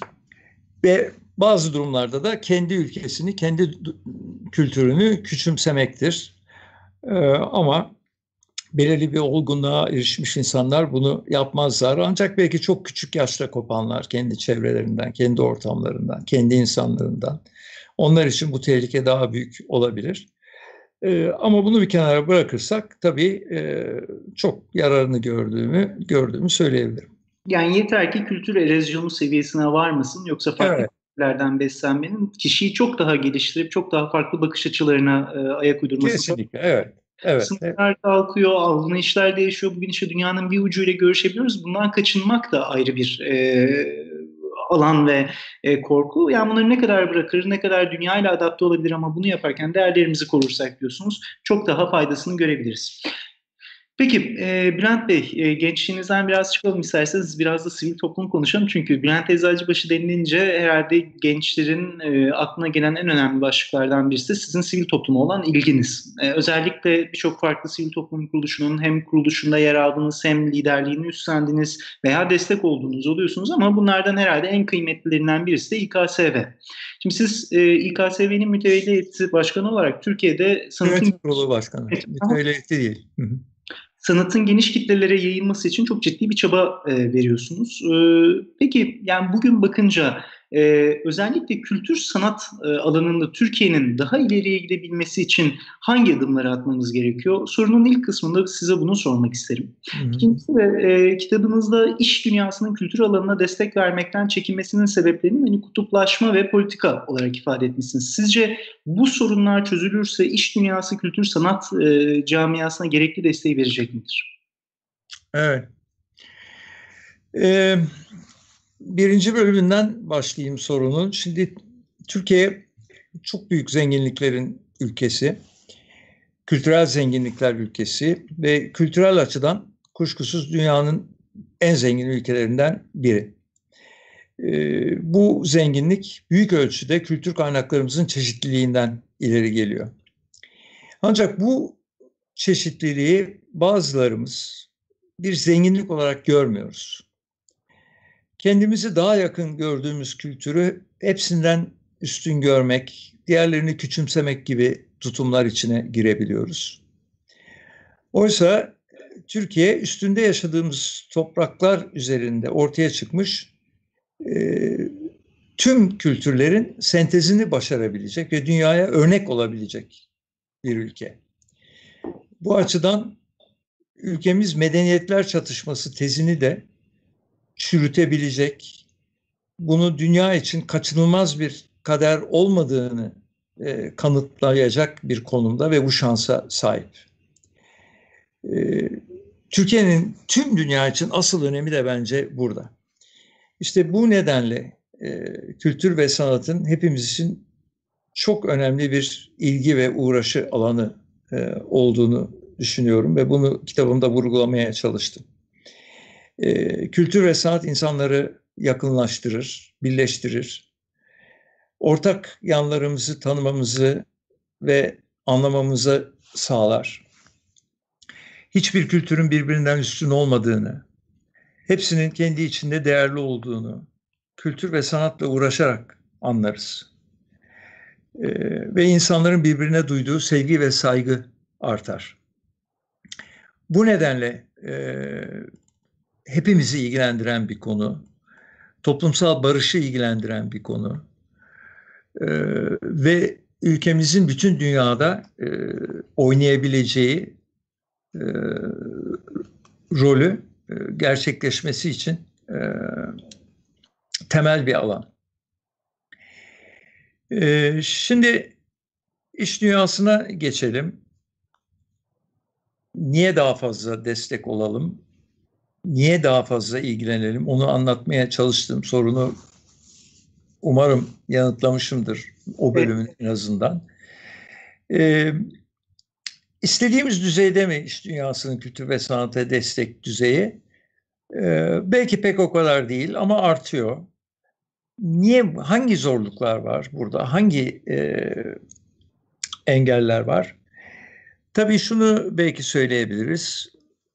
ve bazı durumlarda da kendi ülkesini, kendi kültürünü küçümsemektir. Ee, ama belirli bir olgunluğa erişmiş insanlar bunu yapmazlar. Ancak belki çok küçük yaşta kopanlar kendi çevrelerinden, kendi ortamlarından, kendi insanlarından. Onlar için bu tehlike daha büyük olabilir. Ee, ama bunu bir kenara bırakırsak tabii e, çok yararını gördüğümü gördüğümü söyleyebilirim. Yani yeter ki kültür erozyonu seviyesine varmasın yoksa farklı Evet, kültürlerden beslenmenin kişiyi çok daha geliştirip çok daha farklı bakış açılarına e, ayak uydurması. kesinlikle, evet, evet, evet. Sınırlar kalkıyor, anlayışlar değişiyor. Bugün işte dünyanın bir ucuyla görüşebiliyoruz. Bundan kaçınmak da ayrı bir e, alan ve e, korku. Yani bunları ne kadar bırakır, ne kadar dünyayla adapte olabilir ama bunu yaparken değerlerimizi korursak diyorsunuz. Çok daha faydasını görebiliriz. Peki e, Bülent Bey, e, gençliğinizden biraz çıkalım isterseniz biraz da sivil toplum konuşalım. Çünkü Bülent Eczacıbaşı denilince herhalde gençlerin e, aklına gelen en önemli başlıklardan birisi de sizin sivil topluma olan ilginiz. E, özellikle birçok farklı sivil toplum kuruluşunun hem kuruluşunda yer aldığınız hem liderliğini üstlendiniz veya destek olduğunuz oluyorsunuz ama bunlardan herhalde en kıymetlilerinden birisi de İ K S V. Şimdi siz e, İ K S V'nin mütevelli heyeti başkanı olarak Türkiye'de sanatın Yönetim kurulu başkanı, mütevelli değil. Hı hı. sanatın geniş kitlelere yayılması için çok ciddi bir çaba e, veriyorsunuz. E, peki yani bugün bakınca e, özellikle kültür sanat e, alanında Türkiye'nin daha ileriye gidebilmesi için hangi adımları atmamız gerekiyor? Sorunun ilk kısmında size bunu sormak isterim. Hı hı. İkincisi de e, kitabınızda iş dünyasının kültür alanına destek vermekten çekinmesinin sebeplerinin hani kutuplaşma ve politika olarak ifade etmişsiniz. Sizce bu sorunlar çözülürse iş dünyası kültür sanat e, camiasına gerekli desteği verecek midir? Evet. Ee, birinci bölümünden başlayayım sorunun. Şimdi Türkiye çok büyük zenginliklerin ülkesi, kültürel zenginlikler ülkesi ve kültürel açıdan kuşkusuz dünyanın en zengin ülkelerinden biri. Ee, bu zenginlik büyük ölçüde kültür kaynaklarımızın çeşitliliğinden ileri geliyor. Ancak bu çeşitliliği bazılarımız bir zenginlik olarak görmüyoruz. Kendimizi daha yakın gördüğümüz kültürü hepsinden üstün görmek, diğerlerini küçümsemek gibi tutumlar içine girebiliyoruz. Oysa Türkiye üstünde yaşadığımız topraklar üzerinde ortaya çıkmış e, tüm kültürlerin sentezini başarabilecek ve dünyaya örnek olabilecek bir ülke. Bu açıdan ülkemiz medeniyetler çatışması tezini de çürütebilecek, bunu dünya için kaçınılmaz bir kader olmadığını e, kanıtlayacak bir konumda ve bu şansa sahip. E, Türkiye'nin tüm dünya için asıl önemi de bence burada. İşte bu nedenle e, kültür ve sanatın hepimiz için çok önemli bir ilgi ve uğraşı alanı e, olduğunu düşünüyorum ve bunu kitabımda vurgulamaya çalıştım. E, kültür ve sanat insanları yakınlaştırır, birleştirir. Ortak yanlarımızı tanımamızı ve anlamamızı sağlar. Hiçbir kültürün birbirinden üstün olmadığını, hepsinin kendi içinde değerli olduğunu, kültür ve sanatla uğraşarak anlarız. Ee, ve insanların birbirine duyduğu sevgi ve saygı artar. Bu nedenle e, hepimizi ilgilendiren bir konu, toplumsal barışı ilgilendiren bir konu e, ve ülkemizin bütün dünyada e, oynayabileceği e, rolü e, gerçekleşmesi için e, temel bir alan. E, şimdi iş dünyasına geçelim. Niye daha fazla destek olalım? Niye daha fazla ilgilenelim? Onu anlatmaya çalıştım. Sorunu umarım yanıtlamışımdır o bölümün en azından. Ee, istediğimiz düzeyde mi iş dünyasının kültür ve sanata destek düzeyi? Ee, belki pek o kadar değil ama artıyor. Niye? Hangi zorluklar var burada? Hangi e, engeller var? Tabii şunu belki söyleyebiliriz.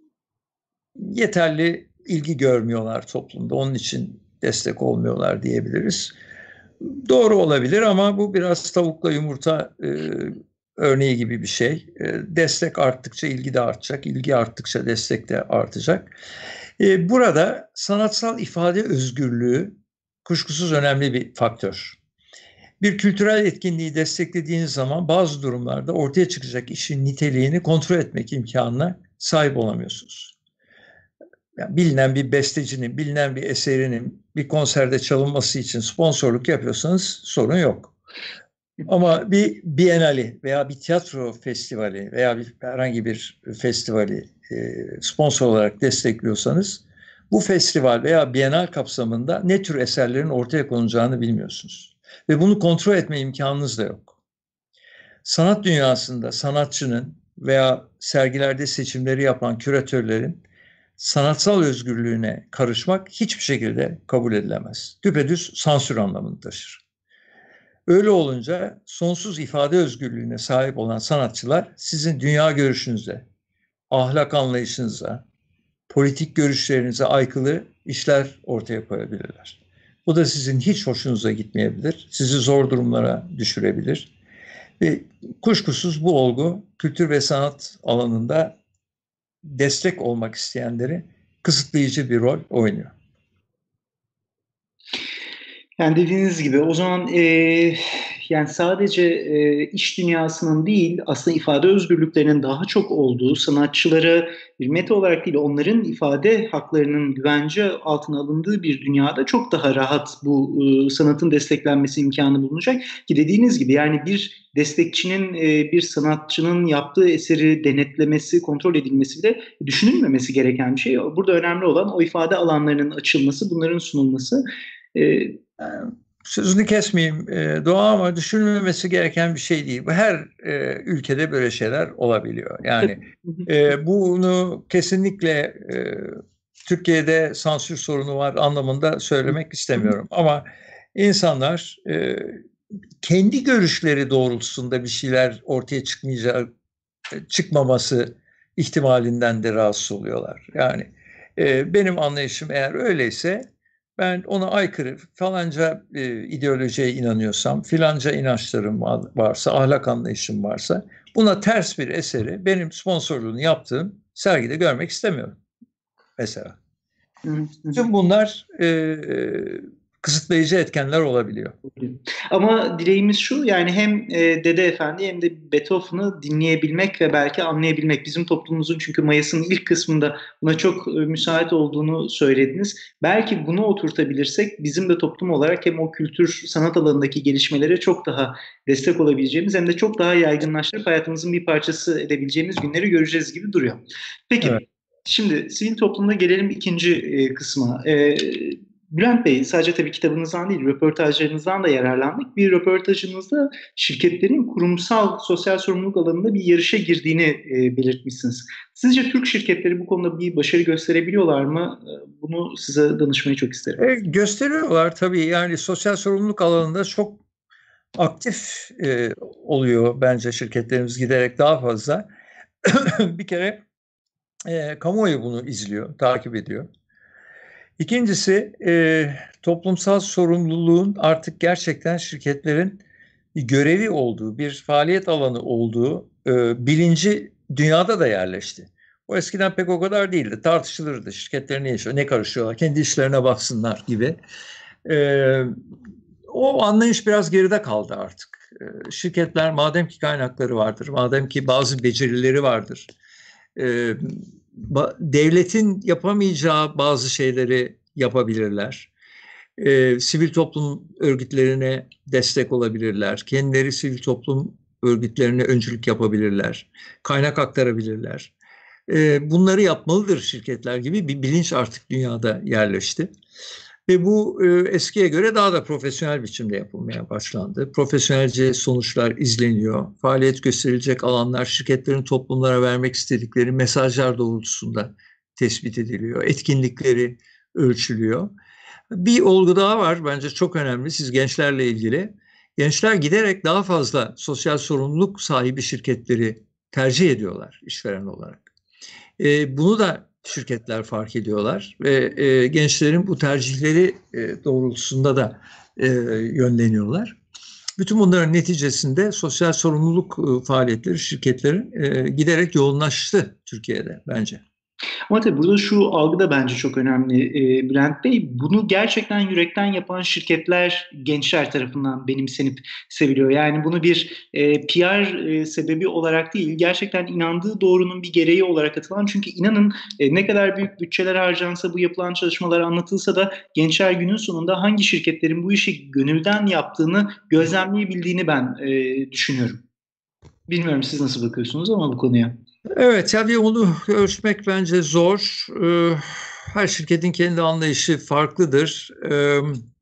Yeterli ilgi görmüyorlar toplumda. Onun için destek olmuyorlar diyebiliriz. Doğru olabilir ama bu biraz tavukla yumurta e, örneği gibi bir şey. E, destek arttıkça ilgi de artacak. İlgi arttıkça destek de artacak. E, burada sanatsal ifade özgürlüğü kuşkusuz önemli bir faktör. Bir kültürel etkinliği desteklediğiniz zaman bazı durumlarda ortaya çıkacak işin niteliğini kontrol etmek imkanına sahip olamıyorsunuz. Yani bilinen bir bestecinin, bilinen bir eserinin bir konserde çalınması için sponsorluk yapıyorsanız sorun yok. Ama bir bienali veya bir tiyatro festivali veya bir, herhangi bir festivali e, sponsor olarak destekliyorsanız bu festival veya bienal kapsamında ne tür eserlerin ortaya konacağını bilmiyorsunuz. Ve bunu kontrol etme imkanınız da yok. Sanat dünyasında sanatçının veya sergilerde seçimleri yapan küratörlerin sanatsal özgürlüğüne karışmak hiçbir şekilde kabul edilemez. Düpedüz sansür anlamını taşır. Öyle olunca sonsuz ifade özgürlüğüne sahip olan sanatçılar sizin dünya görüşünüze, ahlak anlayışınıza, politik görüşlerinize aykırı işler ortaya koyabilirler. Bu da sizin hiç hoşunuza gitmeyebilir, sizi zor durumlara düşürebilir. Ve kuşkusuz bu olgu kültür ve sanat alanında destek olmak isteyenleri kısıtlayıcı bir rol oynuyor. Yani dediğiniz gibi o zaman e, yani sadece e, iş dünyasının değil aslında ifade özgürlüklerinin daha çok olduğu sanatçılara bir meta olarak değil onların ifade haklarının güvence altına alındığı bir dünyada çok daha rahat bu e, sanatın desteklenmesi imkanı bulunacak ki dediğiniz gibi yani bir destekçinin e, bir sanatçının yaptığı eseri denetlemesi, kontrol edilmesi bile düşünülmemesi gereken bir şey. Burada önemli olan o ifade alanlarının açılması, bunların sunulması. E, Sözünü kesmeyeyim e, Doğa ama düşünülmemesi gereken bir şey değil. Her e, ülkede böyle şeyler olabiliyor. Yani e, bunu kesinlikle e, Türkiye'de sansür sorunu var anlamında söylemek istemiyorum. Ama insanlar e, kendi görüşleri doğrultusunda bir şeyler ortaya çıkmayacağı, çıkmaması ihtimalinden de rahatsız oluyorlar. Yani e, benim anlayışım eğer öyleyse ben ona aykırı falanca e, ideolojiye inanıyorsam, filanca inançlarım varsa, ahlak anlayışım varsa buna ters bir eseri benim sponsorluğunu yaptığım sergide görmek istemiyorum mesela. Tüm bunlar e, kısıtlayıcı etkenler olabiliyor. Ama dileğimiz şu, yani hem e, Dede Efendi hem de Beethoven'ı dinleyebilmek ve belki anlayabilmek. Bizim toplumumuzun çünkü mayasının ilk kısmında buna çok e, müsait olduğunu söylediniz. Belki bunu oturtabilirsek bizim de toplum olarak hem o kültür sanat alanındaki gelişmelere çok daha destek olabileceğimiz hem de çok daha yaygınlaştırıp hayatımızın bir parçası edebileceğimiz günleri göreceğiz gibi duruyor. Peki. Evet. Şimdi sivil toplumda gelelim ikinci e, kısma. E, Bülent Bey, sadece tabii kitabınızdan değil, röportajlarınızdan da yararlandık. Bir röportajınızda şirketlerin kurumsal sosyal sorumluluk alanında bir yarışa girdiğini e, belirtmişsiniz. Sizce Türk şirketleri bu konuda bir başarı gösterebiliyorlar mı? E, bunu size danışmayı çok isterim. E, gösteriyorlar tabii, yani sosyal sorumluluk alanında çok aktif e, oluyor bence şirketlerimiz giderek daha fazla. Bir kere e, kamuoyu bunu izliyor, takip ediyor. İkincisi e, toplumsal sorumluluğun artık gerçekten şirketlerin bir görevi olduğu, bir faaliyet alanı olduğu e, bilinci dünyada da yerleşti. O eskiden pek o kadar değildi. Tartışılırdı. Şirketler ne yaşıyor, ne karışıyorlar, kendi işlerine baksınlar gibi. E, o anlayış biraz geride kaldı artık. E, şirketler madem ki kaynakları vardır, madem ki bazı becerileri vardır, e, devletin yapamayacağı bazı şeyleri yapabilirler. E, sivil toplum örgütlerine destek olabilirler. Kendileri sivil toplum örgütlerine öncülük yapabilirler. Kaynak aktarabilirler. E, bunları yapmalıdır şirketler gibi bir bilinç artık dünyada yerleşti. Ve bu e, eskiye göre daha da profesyonel biçimde yapılmaya başlandı. Profesyonelce sonuçlar izleniyor. Faaliyet gösterilecek alanlar şirketlerin toplumlara vermek istedikleri mesajlar doğrultusunda tespit ediliyor. Etkinlikleri ölçülüyor. Bir olgu daha var bence çok önemli, siz gençlerle ilgili. Gençler giderek daha fazla sosyal sorumluluk sahibi şirketleri tercih ediyorlar işveren olarak. E, bunu da şirketler fark ediyorlar ve e, gençlerin bu tercihleri e, doğrultusunda da e, yönleniyorlar. Bütün bunların neticesinde sosyal sorumluluk e, faaliyetleri şirketlerin e, giderek yoğunlaştı Türkiye'de bence. Ama tabii burada şu algı da bence çok önemli e, Bülent Bey. Bunu gerçekten yürekten yapan şirketler gençler tarafından benimsenip seviliyor. Yani bunu bir e, P R e, sebebi olarak değil, gerçekten inandığı doğrunun bir gereği olarak atılan. Çünkü inanın e, ne kadar büyük bütçeler harcansa, bu yapılan çalışmalar anlatılsa da gençler günün sonunda hangi şirketlerin bu işi gönülden yaptığını gözlemleyebildiğini ben e, düşünüyorum. Bilmiyorum siz nasıl bakıyorsunuz ama bu konuya. Evet, tabii onu ölçmek bence zor. Ee, her şirketin kendi anlayışı farklıdır. Ee,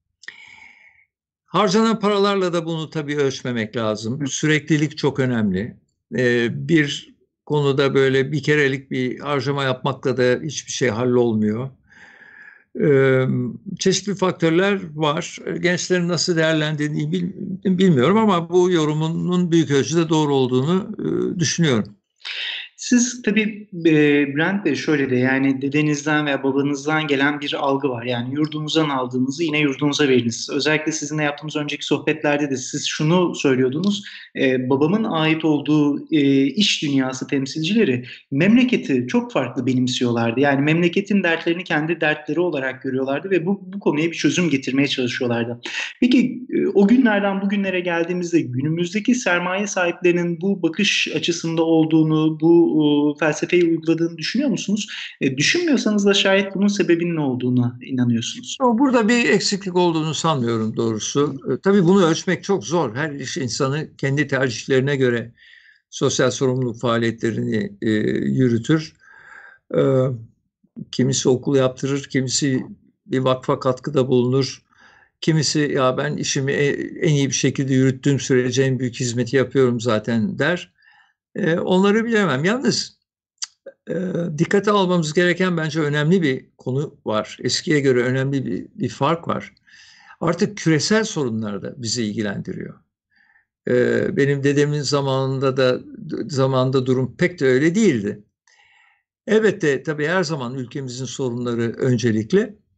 harcanan paralarla da bunu tabii ölçmemek lazım. Süreklilik çok önemli. Ee, bir konuda böyle bir kerelik bir harcama yapmakla da hiçbir şey hallolmuyor. Ee, çeşitli faktörler var. Gençlerin nasıl değerlendiğini bilmiyorum ama bu yorumunun büyük ölçüde doğru olduğunu e, düşünüyorum. Siz tabii e, Bülent Bey şöyle de, yani dedenizden veya babanızdan gelen bir algı var. Yani yurdunuzdan aldığınızı yine yurdunuza veriniz. Özellikle sizinle yaptığımız önceki sohbetlerde de siz şunu söylüyordunuz. E, babamın ait olduğu e, iş dünyası temsilcileri memleketi çok farklı benimsiyorlardı. Yani memleketin dertlerini kendi dertleri olarak görüyorlardı ve bu, bu konuya bir çözüm getirmeye çalışıyorlardı. Peki e, o günlerden bugünlere geldiğimizde günümüzdeki sermaye sahiplerinin bu bakış açısında olduğunu, bu felsefeyi uyguladığını düşünüyor musunuz? E, düşünmüyorsanız da şayet bunun sebebinin ne olduğuna inanıyorsunuz. Burada bir eksiklik olduğunu sanmıyorum doğrusu. E, tabii bunu ölçmek çok zor. Her iş insanı kendi tercihlerine göre sosyal sorumluluk faaliyetlerini e, yürütür. E, kimisi okul yaptırır, kimisi bir vakfa katkıda bulunur. Kimisi ya ben işimi en iyi bir şekilde yürüttüğüm sürece en büyük hizmeti yapıyorum zaten der. E, onları bilemem. Yalnız e, dikkate almamız gereken bence önemli bir konu var. Eskiye göre önemli bir, bir fark var. Artık küresel sorunlar da bizi ilgilendiriyor. E, benim dedemin zamanında da zamanında durum pek de öyle değildi. Elbette tabii her zaman ülkemizin sorunları öncelikli.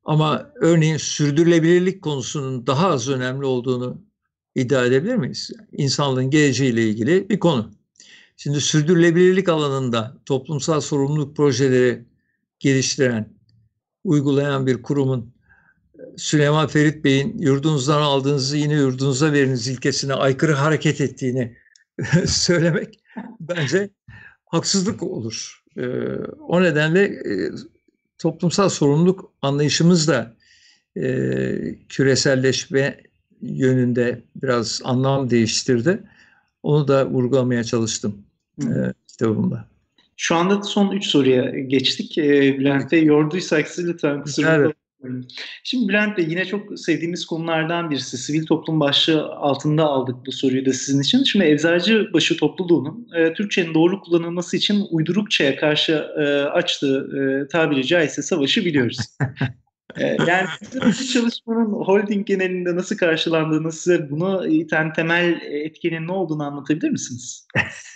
Ama örneğin sürdürülebilirlik konusunun daha az önemli olduğunu iddia edebilir miyiz? İnsanlığın geleceğiyle ilgili bir konu. Şimdi sürdürülebilirlik alanında toplumsal sorumluluk projeleri geliştiren, uygulayan bir kurumun Süleyman Ferit Bey'in yurdunuzdan aldığınızı yine yurdunuza veriniz ilkesine aykırı hareket ettiğini söylemek bence haksızlık olur. Ee, o nedenle e, toplumsal sorumluluk anlayışımız da e, küreselleşme yönünde biraz anlam değiştirdi. Onu da vurgulamaya çalıştım e, kitabımda. Şu anda son üç soruya geçtik. E, Bülent Bey, yorduysak sizi lütfen kusurumuza bakmayın. Şimdi Bülent Bey, yine çok sevdiğimiz konulardan birisi. Sivil toplum başlığı altında aldık bu soruyu da sizin için. Şimdi Eczacıbaşı topluluğunun e, Türkçenin doğru kullanılması için uydurukçaya karşı e, açtığı e, tabiri caizse savaşı biliyoruz. e, yani bu çalışmanın holding genelinde nasıl karşılandığını, size bunu iten temel etkenin ne olduğunu anlatabilir misiniz?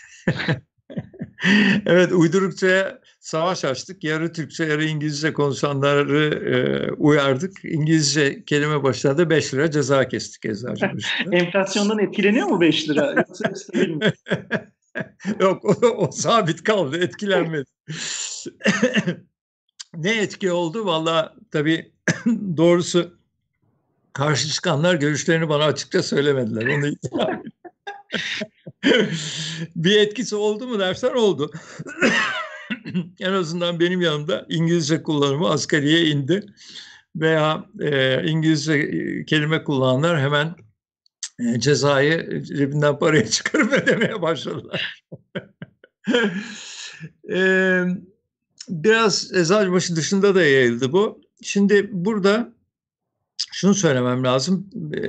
Evet, uydurukçaya savaş açtık. Yarı Türkçe, yarı İngilizce konuşanları e, uyardık. İngilizce kelime başına da beş lira ceza kestik Eczacıbaşı'nda. Enflasyondan etkileniyor mu beş lira? Yoksa stabil mi? Yok, o, o sabit kaldı, etkilenmedi. Ne etki oldu? Vallahi tabii doğrusu karşı çıkanlar görüşlerini bana açıkça söylemediler. Onu itiraf bir etkisi oldu mu dersen oldu. En azından benim yanımda İngilizce kullanımı asgariye indi. Veya e, İngilizce kelime kullananlar hemen e, cezayı cebinden paraya çıkarıp ödemeye başladılar. e, biraz Eczacıbaşı dışında da yayıldı bu. Şimdi burada şunu söylemem lazım. E,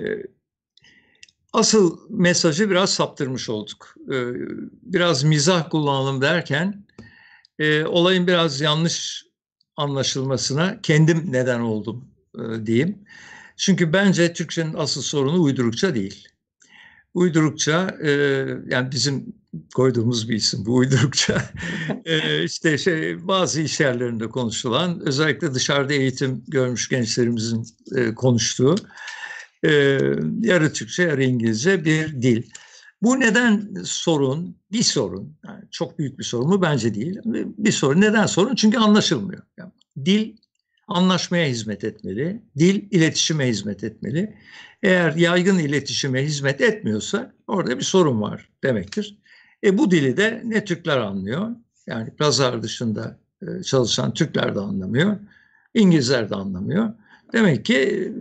asıl mesajı biraz saptırmış olduk. E, biraz mizah kullanalım derken e, olayın biraz yanlış anlaşılmasına kendim neden oldum e, diyeyim. Çünkü bence Türkçenin asıl sorunu uydurukça değil. Uydurukça e, yani bizim koyduğumuz bir isim bu uydurukça. e, işte şey bazı iş yerlerinde konuşulan, özellikle dışarıda eğitim görmüş gençlerimizin e, konuştuğu e, yarı Türkçe yarı İngilizce bir dil. Bu neden sorun? Bir sorun. Yani çok büyük bir sorun mu? Bence değil. Bir sorun. Neden sorun? Çünkü anlaşılmıyor. Yani dil anlaşmaya hizmet etmeli. Dil iletişime hizmet etmeli. Eğer yaygın iletişime hizmet etmiyorsa orada bir sorun var demektir. E bu dili de ne Türkler anlıyor? Yani pazar dışında çalışan Türkler de anlamıyor. İngilizler de anlamıyor. Demek ki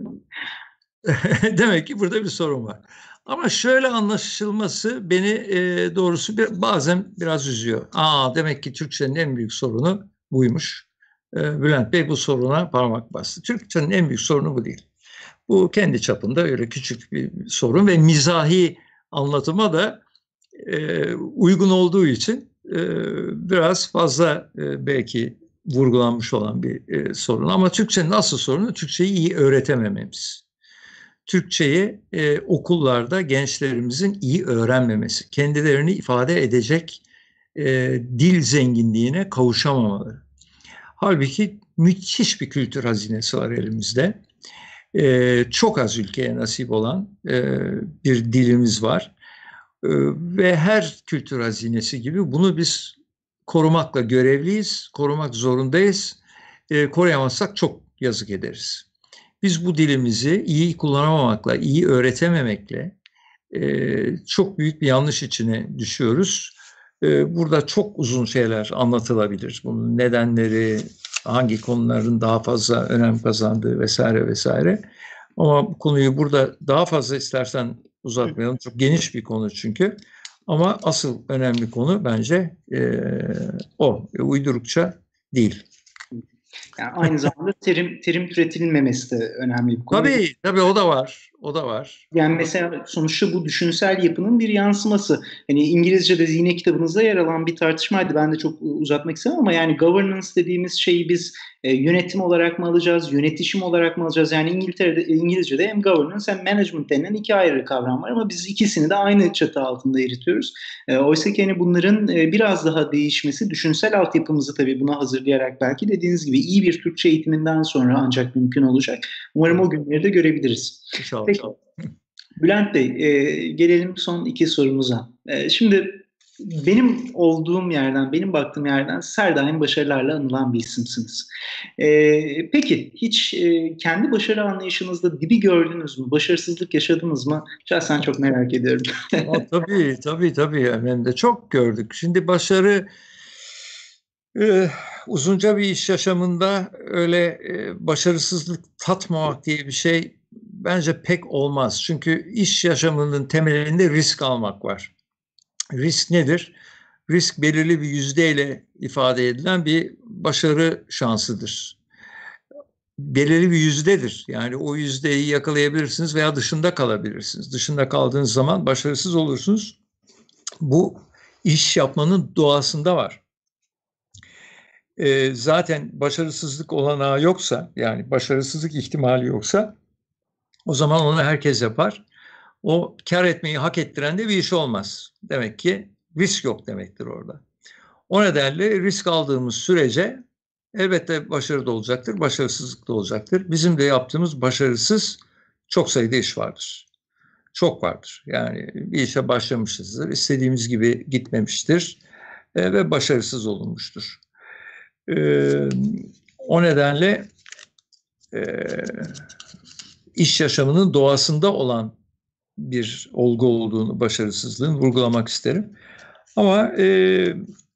demek ki burada bir sorun var. Ama şöyle anlaşılması beni e, doğrusu bir, bazen biraz üzüyor. Aa, demek ki Türkçenin en büyük sorunu buymuş. E, Bülent Bey bu soruna parmak bastı. Türkçenin en büyük sorunu bu değil. Bu kendi çapında öyle küçük bir sorun ve mizahi anlatıma da e, uygun olduğu için e, biraz fazla e, belki vurgulanmış olan bir e, sorun. Ama Türkçenin asıl sorunu Türkçeyi iyi öğretemememiz. Türkçeyi e, okullarda gençlerimizin iyi öğrenmemesi, kendilerini ifade edecek e, dil zenginliğine kavuşamamaları. Halbuki müthiş bir kültür hazinesi var elimizde. E, çok az ülkeye nasip olan e, bir dilimiz var. E, ve her kültür hazinesi gibi bunu biz korumakla görevliyiz, korumak zorundayız. E, koruyamazsak çok yazık ederiz. Biz bu dilimizi iyi kullanamamakla, iyi öğretememekle e, çok büyük bir yanlış içine düşüyoruz. E, burada çok uzun şeyler anlatılabilir. Bunun nedenleri, hangi konuların daha fazla önem kazandığı vesaire vesaire. Ama bu konuyu burada daha fazla istersen uzatmayalım. Çok geniş bir konu çünkü. Ama asıl önemli konu bence e, o. E, uydurukça değil. Yani aynı zamanda terim terim türetilmemesi de önemli bir konu. Tabii, tabii o da var. O da var. Yani mesela sonuçta bu düşünsel yapının bir yansıması. Hani İngilizce'de zihni kitabınızda yer alan bir tartışmaydı. Ben de çok uzatmak istemem ama yani governance dediğimiz şeyi biz e, yönetim olarak mı alacağız, yönetişim olarak mı alacağız? Yani İngiltere'de, İngilizce'de hem governance hem management denilen iki ayrı kavram var ama biz ikisini de aynı çatı altında eritiyoruz. E, oysa ki hani bunların e, biraz daha değişmesi, düşünsel altyapımızı tabii buna hazırlayarak belki dediğiniz gibi iyi bir Türkçe eğitiminden sonra ancak mümkün olacak. Umarım o günleri de görebiliriz. İnşallah. Peki. Bülent Bey, e, gelelim son iki sorumuza. E, şimdi benim olduğum yerden, benim baktığım yerden her daim başarılarla anılan bir isimsiniz. E, peki, hiç e, kendi başarı anlayışınızda dibi gördünüz mü? Başarısızlık yaşadınız mı? Şahsen çok merak ediyorum. Aa, tabii, tabii, tabii. Hem de çok gördük. Şimdi başarı e, uzunca bir iş yaşamında öyle e, başarısızlık tatmamak diye bir şey bence pek olmaz. Çünkü iş yaşamının temelinde risk almak var. Risk nedir? Risk belirli bir yüzdeyle ifade edilen bir başarı şansıdır. Belirli bir yüzdedir. Yani o yüzdeyi yakalayabilirsiniz veya dışında kalabilirsiniz. Dışında kaldığınız zaman başarısız olursunuz. Bu iş yapmanın doğasında var. E, zaten başarısızlık olanağı yoksa, yani başarısızlık ihtimali yoksa o zaman onu herkes yapar. O kar etmeyi hak ettiren de bir iş olmaz. Demek ki risk yok demektir orada. O nedenle risk aldığımız sürece elbette başarı da olacaktır, başarısızlık da olacaktır. Bizim de yaptığımız başarısız çok sayıda iş vardır. Çok vardır. Yani bir işe başlamışızdır, istediğimiz gibi gitmemiştir e, ve başarısız olunmuştur. E, o nedenle e, iş yaşamının doğasında olan bir olgu olduğunu, başarısızlığın vurgulamak isterim. Ama e,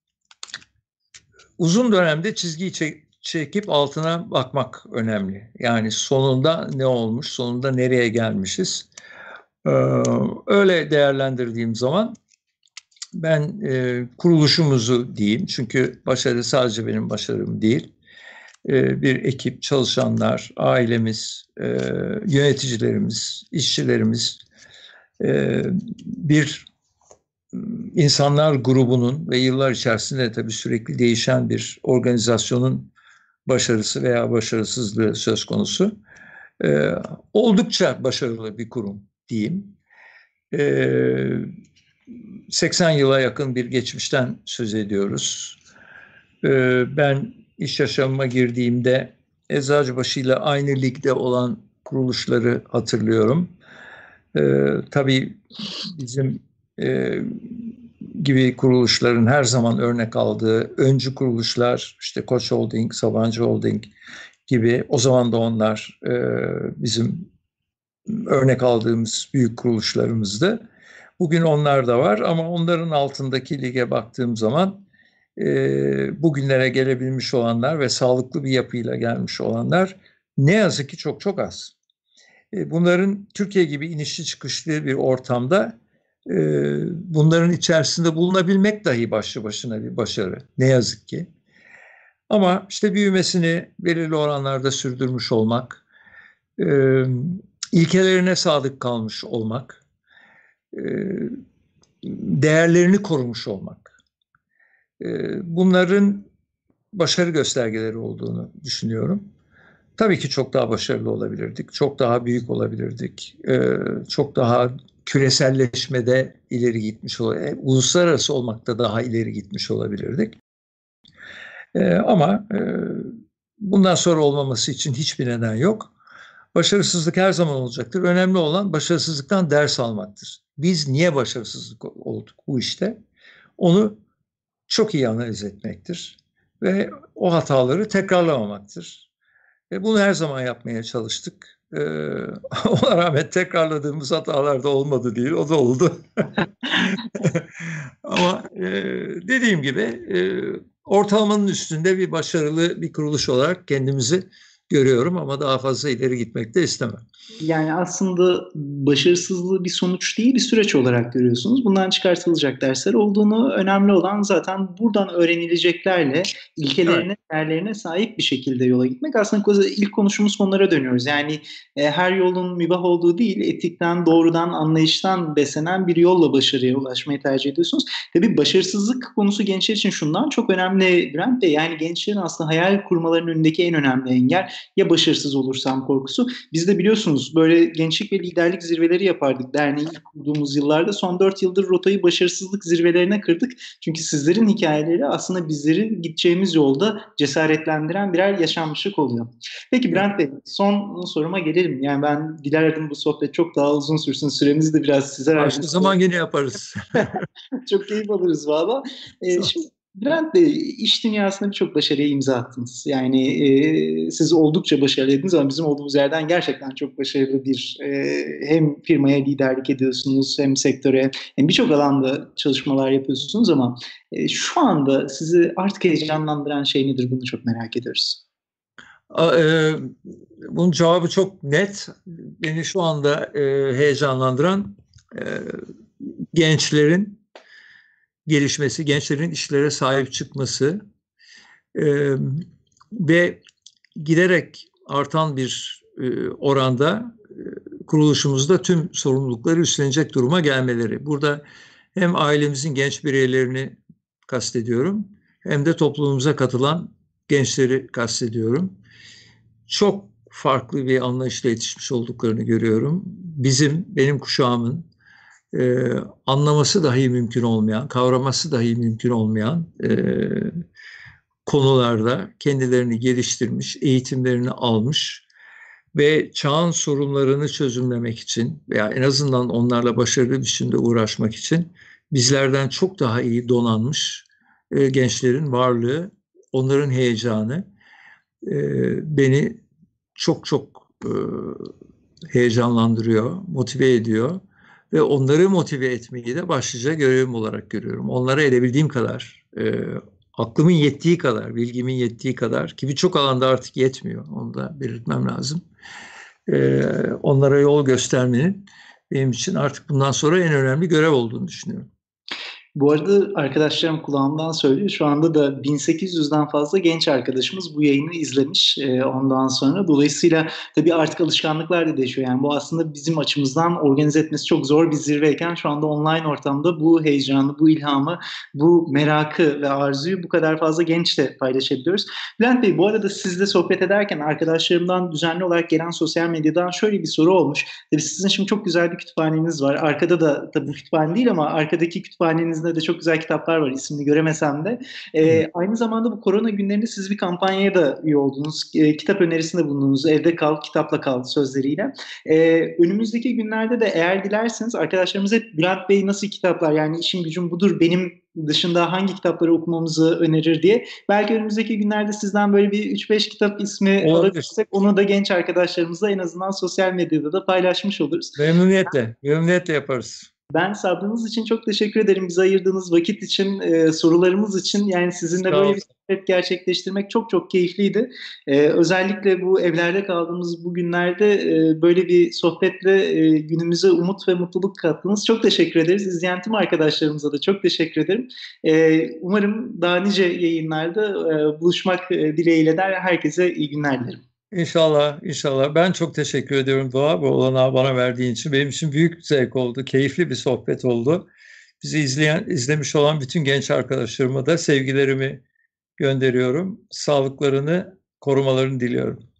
uzun dönemde çizgiyi çek, çekip altına bakmak önemli. Yani sonunda ne olmuş, sonunda nereye gelmişiz? Ee, öyle değerlendirdiğim zaman ben e, kuruluşumuzu diyeyim. Çünkü başarı sadece benim başarım değil. E, bir ekip, çalışanlar, ailemiz, e, yöneticilerimiz, işçilerimiz, e, bir insanlar grubunun ve yıllar içerisinde tabii sürekli değişen bir organizasyonun başarısı veya başarısızlığı söz konusu. Ee, oldukça başarılı bir kurum diyeyim. Ee, seksen yıla yakın bir geçmişten söz ediyoruz. Ee, ben iş yaşamıma girdiğimde Eczacıbaşı ile aynı ligde olan kuruluşları hatırlıyorum. Ee, tabii bizim e, gibi kuruluşların her zaman örnek aldığı öncü kuruluşlar, işte Koç Holding, Sabancı Holding gibi, o zaman da onlar e, bizim örnek aldığımız büyük kuruluşlarımızdı. Bugün onlar da var ama onların altındaki lige baktığım zaman e, bugünlere gelebilmiş olanlar ve sağlıklı bir yapıyla gelmiş olanlar ne yazık ki çok çok az. E, bunların Türkiye gibi inişli çıkışlı bir ortamda e, bunların içerisinde bulunabilmek dahi başlı başına bir başarı. Ne yazık ki. Ama işte büyümesini belirli oranlarda sürdürmüş olmak, e, ilkelerine sadık kalmış olmak, e, değerlerini korumuş olmak. E, bunların başarı göstergeleri olduğunu düşünüyorum. Tabii ki çok daha başarılı olabilirdik, çok daha büyük olabilirdik, e, çok daha küreselleşmede ileri gitmiş olabilirdik, uluslararası olmakta daha ileri gitmiş olabilirdik. E, ama e, bundan sonra olmaması için hiçbir neden yok. Başarısızlık her zaman olacaktır. Önemli olan başarısızlıktan ders almaktır. Biz niye başarısızlık olduk bu işte? Onu çok iyi analiz etmektir ve o hataları tekrarlamamaktır. E bunu her zaman yapmaya çalıştık. E, ona rağmen tekrarladığımız hatalar da olmadı değil, o da oldu. Ama e, dediğim gibi e, ortalamanın üstünde bir başarılı bir kuruluş olarak kendimizi görüyorum ama daha fazla ileri gitmek de istemem. Yani aslında başarısızlığı bir sonuç değil, bir süreç olarak görüyorsunuz. Bundan çıkartılacak dersler olduğunu, önemli olan zaten buradan öğrenileceklerle Evet. ilkelerine, değerlerine sahip bir şekilde yola gitmek. Aslında ilk konuştuğumuz konulara dönüyoruz. Yani e, her yolun mübah olduğu değil, etikten, doğrudan, anlayıştan beslenen bir yolla başarıya ulaşmayı tercih ediyorsunuz. Tabii başarısızlık konusu gençler için şundan çok önemli Bülent Bey. Yani gençlerin aslında hayal kurmalarının önündeki en önemli engel ya başarısız olursam korkusu. Biz de biliyorsunuz böyle gençlik ve liderlik zirveleri yapardık derneği ilk kurduğumuz yıllarda. Son dört yıldır rotayı başarısızlık zirvelerine kırdık. Çünkü sizlerin hikayeleri aslında bizleri gideceğimiz yolda cesaretlendiren birer yaşanmışlık oluyor. Peki Bülent Bey, son soruma gelelim. Yani ben dilerdim bu sohbet çok daha uzun sürsün. Süremizi de biraz size verdim. Başka zaman yine yaparız. Çok keyif alırız valla. Ee, şimdi Bülent Bey, iş dünyasında birçok başarıya imza attınız. Yani e, siz oldukça başarılıydınız ama bizim olduğumuz yerden gerçekten çok başarılı bir e, hem firmaya liderlik ediyorsunuz hem sektöre hem birçok alanda çalışmalar yapıyorsunuz ama e, şu anda sizi artık heyecanlandıran şey nedir? Bunu çok merak ediyoruz. A- e, Bunun cevabı çok net. Beni şu anda e, heyecanlandıran e, gençlerin gelişmesi, gençlerin işlere sahip çıkması e, ve giderek artan bir e, oranda e, kuruluşumuzda tüm sorumlulukları üstlenecek duruma gelmeleri. Burada hem ailemizin genç bireylerini kastediyorum, hem de toplumumuza katılan gençleri kastediyorum. Çok farklı bir anlayışla yetişmiş olduklarını görüyorum. Bizim, benim kuşağımın e, anlaması dahi mümkün olmayan, kavraması dahi mümkün olmayan e, konularda kendilerini geliştirmiş, eğitimlerini almış ve çağın sorunlarını çözümlemek için veya en azından onlarla başarılı bir biçimde uğraşmak için bizlerden çok daha iyi donanmış e, gençlerin varlığı, onların heyecanı e, beni çok çok e, heyecanlandırıyor, motive ediyor ve onları motive etmeyi de başlıca görevim olarak görüyorum. Onlara edebildiğim kadar, e, aklımın yettiği kadar, bilgimin yettiği kadar ki birçok alanda artık yetmiyor, onu da belirtmem lazım. E, onlara yol göstermenin benim için artık bundan sonra en önemli görev olduğunu düşünüyorum. Bu arada arkadaşlarım kulağımdan söylüyor. Şu anda da bin sekiz yüzden fazla genç arkadaşımız bu yayını izlemiş e, ondan sonra. Dolayısıyla tabii artık alışkanlıklar da değişiyor. Yani bu aslında bizim açımızdan organize etmesi çok zor bir zirveyken şu anda online ortamda bu heyecanı, bu ilhamı, bu merakı ve arzuyu bu kadar fazla gençle paylaşabiliyoruz. Bülent Bey, bu arada sizle sohbet ederken arkadaşlarımdan düzenli olarak gelen sosyal medyadan şöyle bir soru olmuş. Tabii sizin şimdi çok güzel bir kütüphaneniz var. Arkada da tabii bu kütüphane değil ama arkadaki kütüphanenizde de çok güzel kitaplar var. İsmini göremesem de. Ee, aynı zamanda bu korona günlerinde siz bir kampanyaya da üye oldunuz. Ee, kitap önerisinde bulundunuz. Evde kal, kitapla kal sözleriyle. Ee, önümüzdeki günlerde de eğer dilerseniz arkadaşlarımız hep Bülent Bey nasıl kitaplar yani işim gücüm budur benim dışında hangi kitapları okumamızı önerir diye. Belki önümüzdeki günlerde sizden böyle bir üç beş kitap ismi Olabilir. alabilirsek onu da genç arkadaşlarımızla en azından sosyal medyada da paylaşmış oluruz. Memnuniyetle, memnuniyetle yaparız. Ben sabrınız için çok teşekkür ederim. Bize ayırdığınız vakit için, e, sorularımız için. Yani sizinle Sağ böyle olun. bir sohbet gerçekleştirmek çok çok keyifliydi. E, özellikle bu evlerde kaldığımız bu günlerde e, böyle bir sohbetle e, günümüze umut ve mutluluk kattınız. Çok teşekkür ederiz. İzleyen tüm arkadaşlarımıza da çok teşekkür ederim. E, umarım daha nice yayınlarda e, buluşmak e, dileğiyle der. Herkese iyi günler dilerim. İnşallah, inşallah. Ben çok teşekkür ediyorum Doğa, bu olanağı bana verdiğin için. Benim için büyük zevk oldu, keyifli bir sohbet oldu. Bizi izleyen, izlemiş olan bütün genç arkadaşlarıma da sevgilerimi gönderiyorum. Sağlıklarını, korumalarını diliyorum.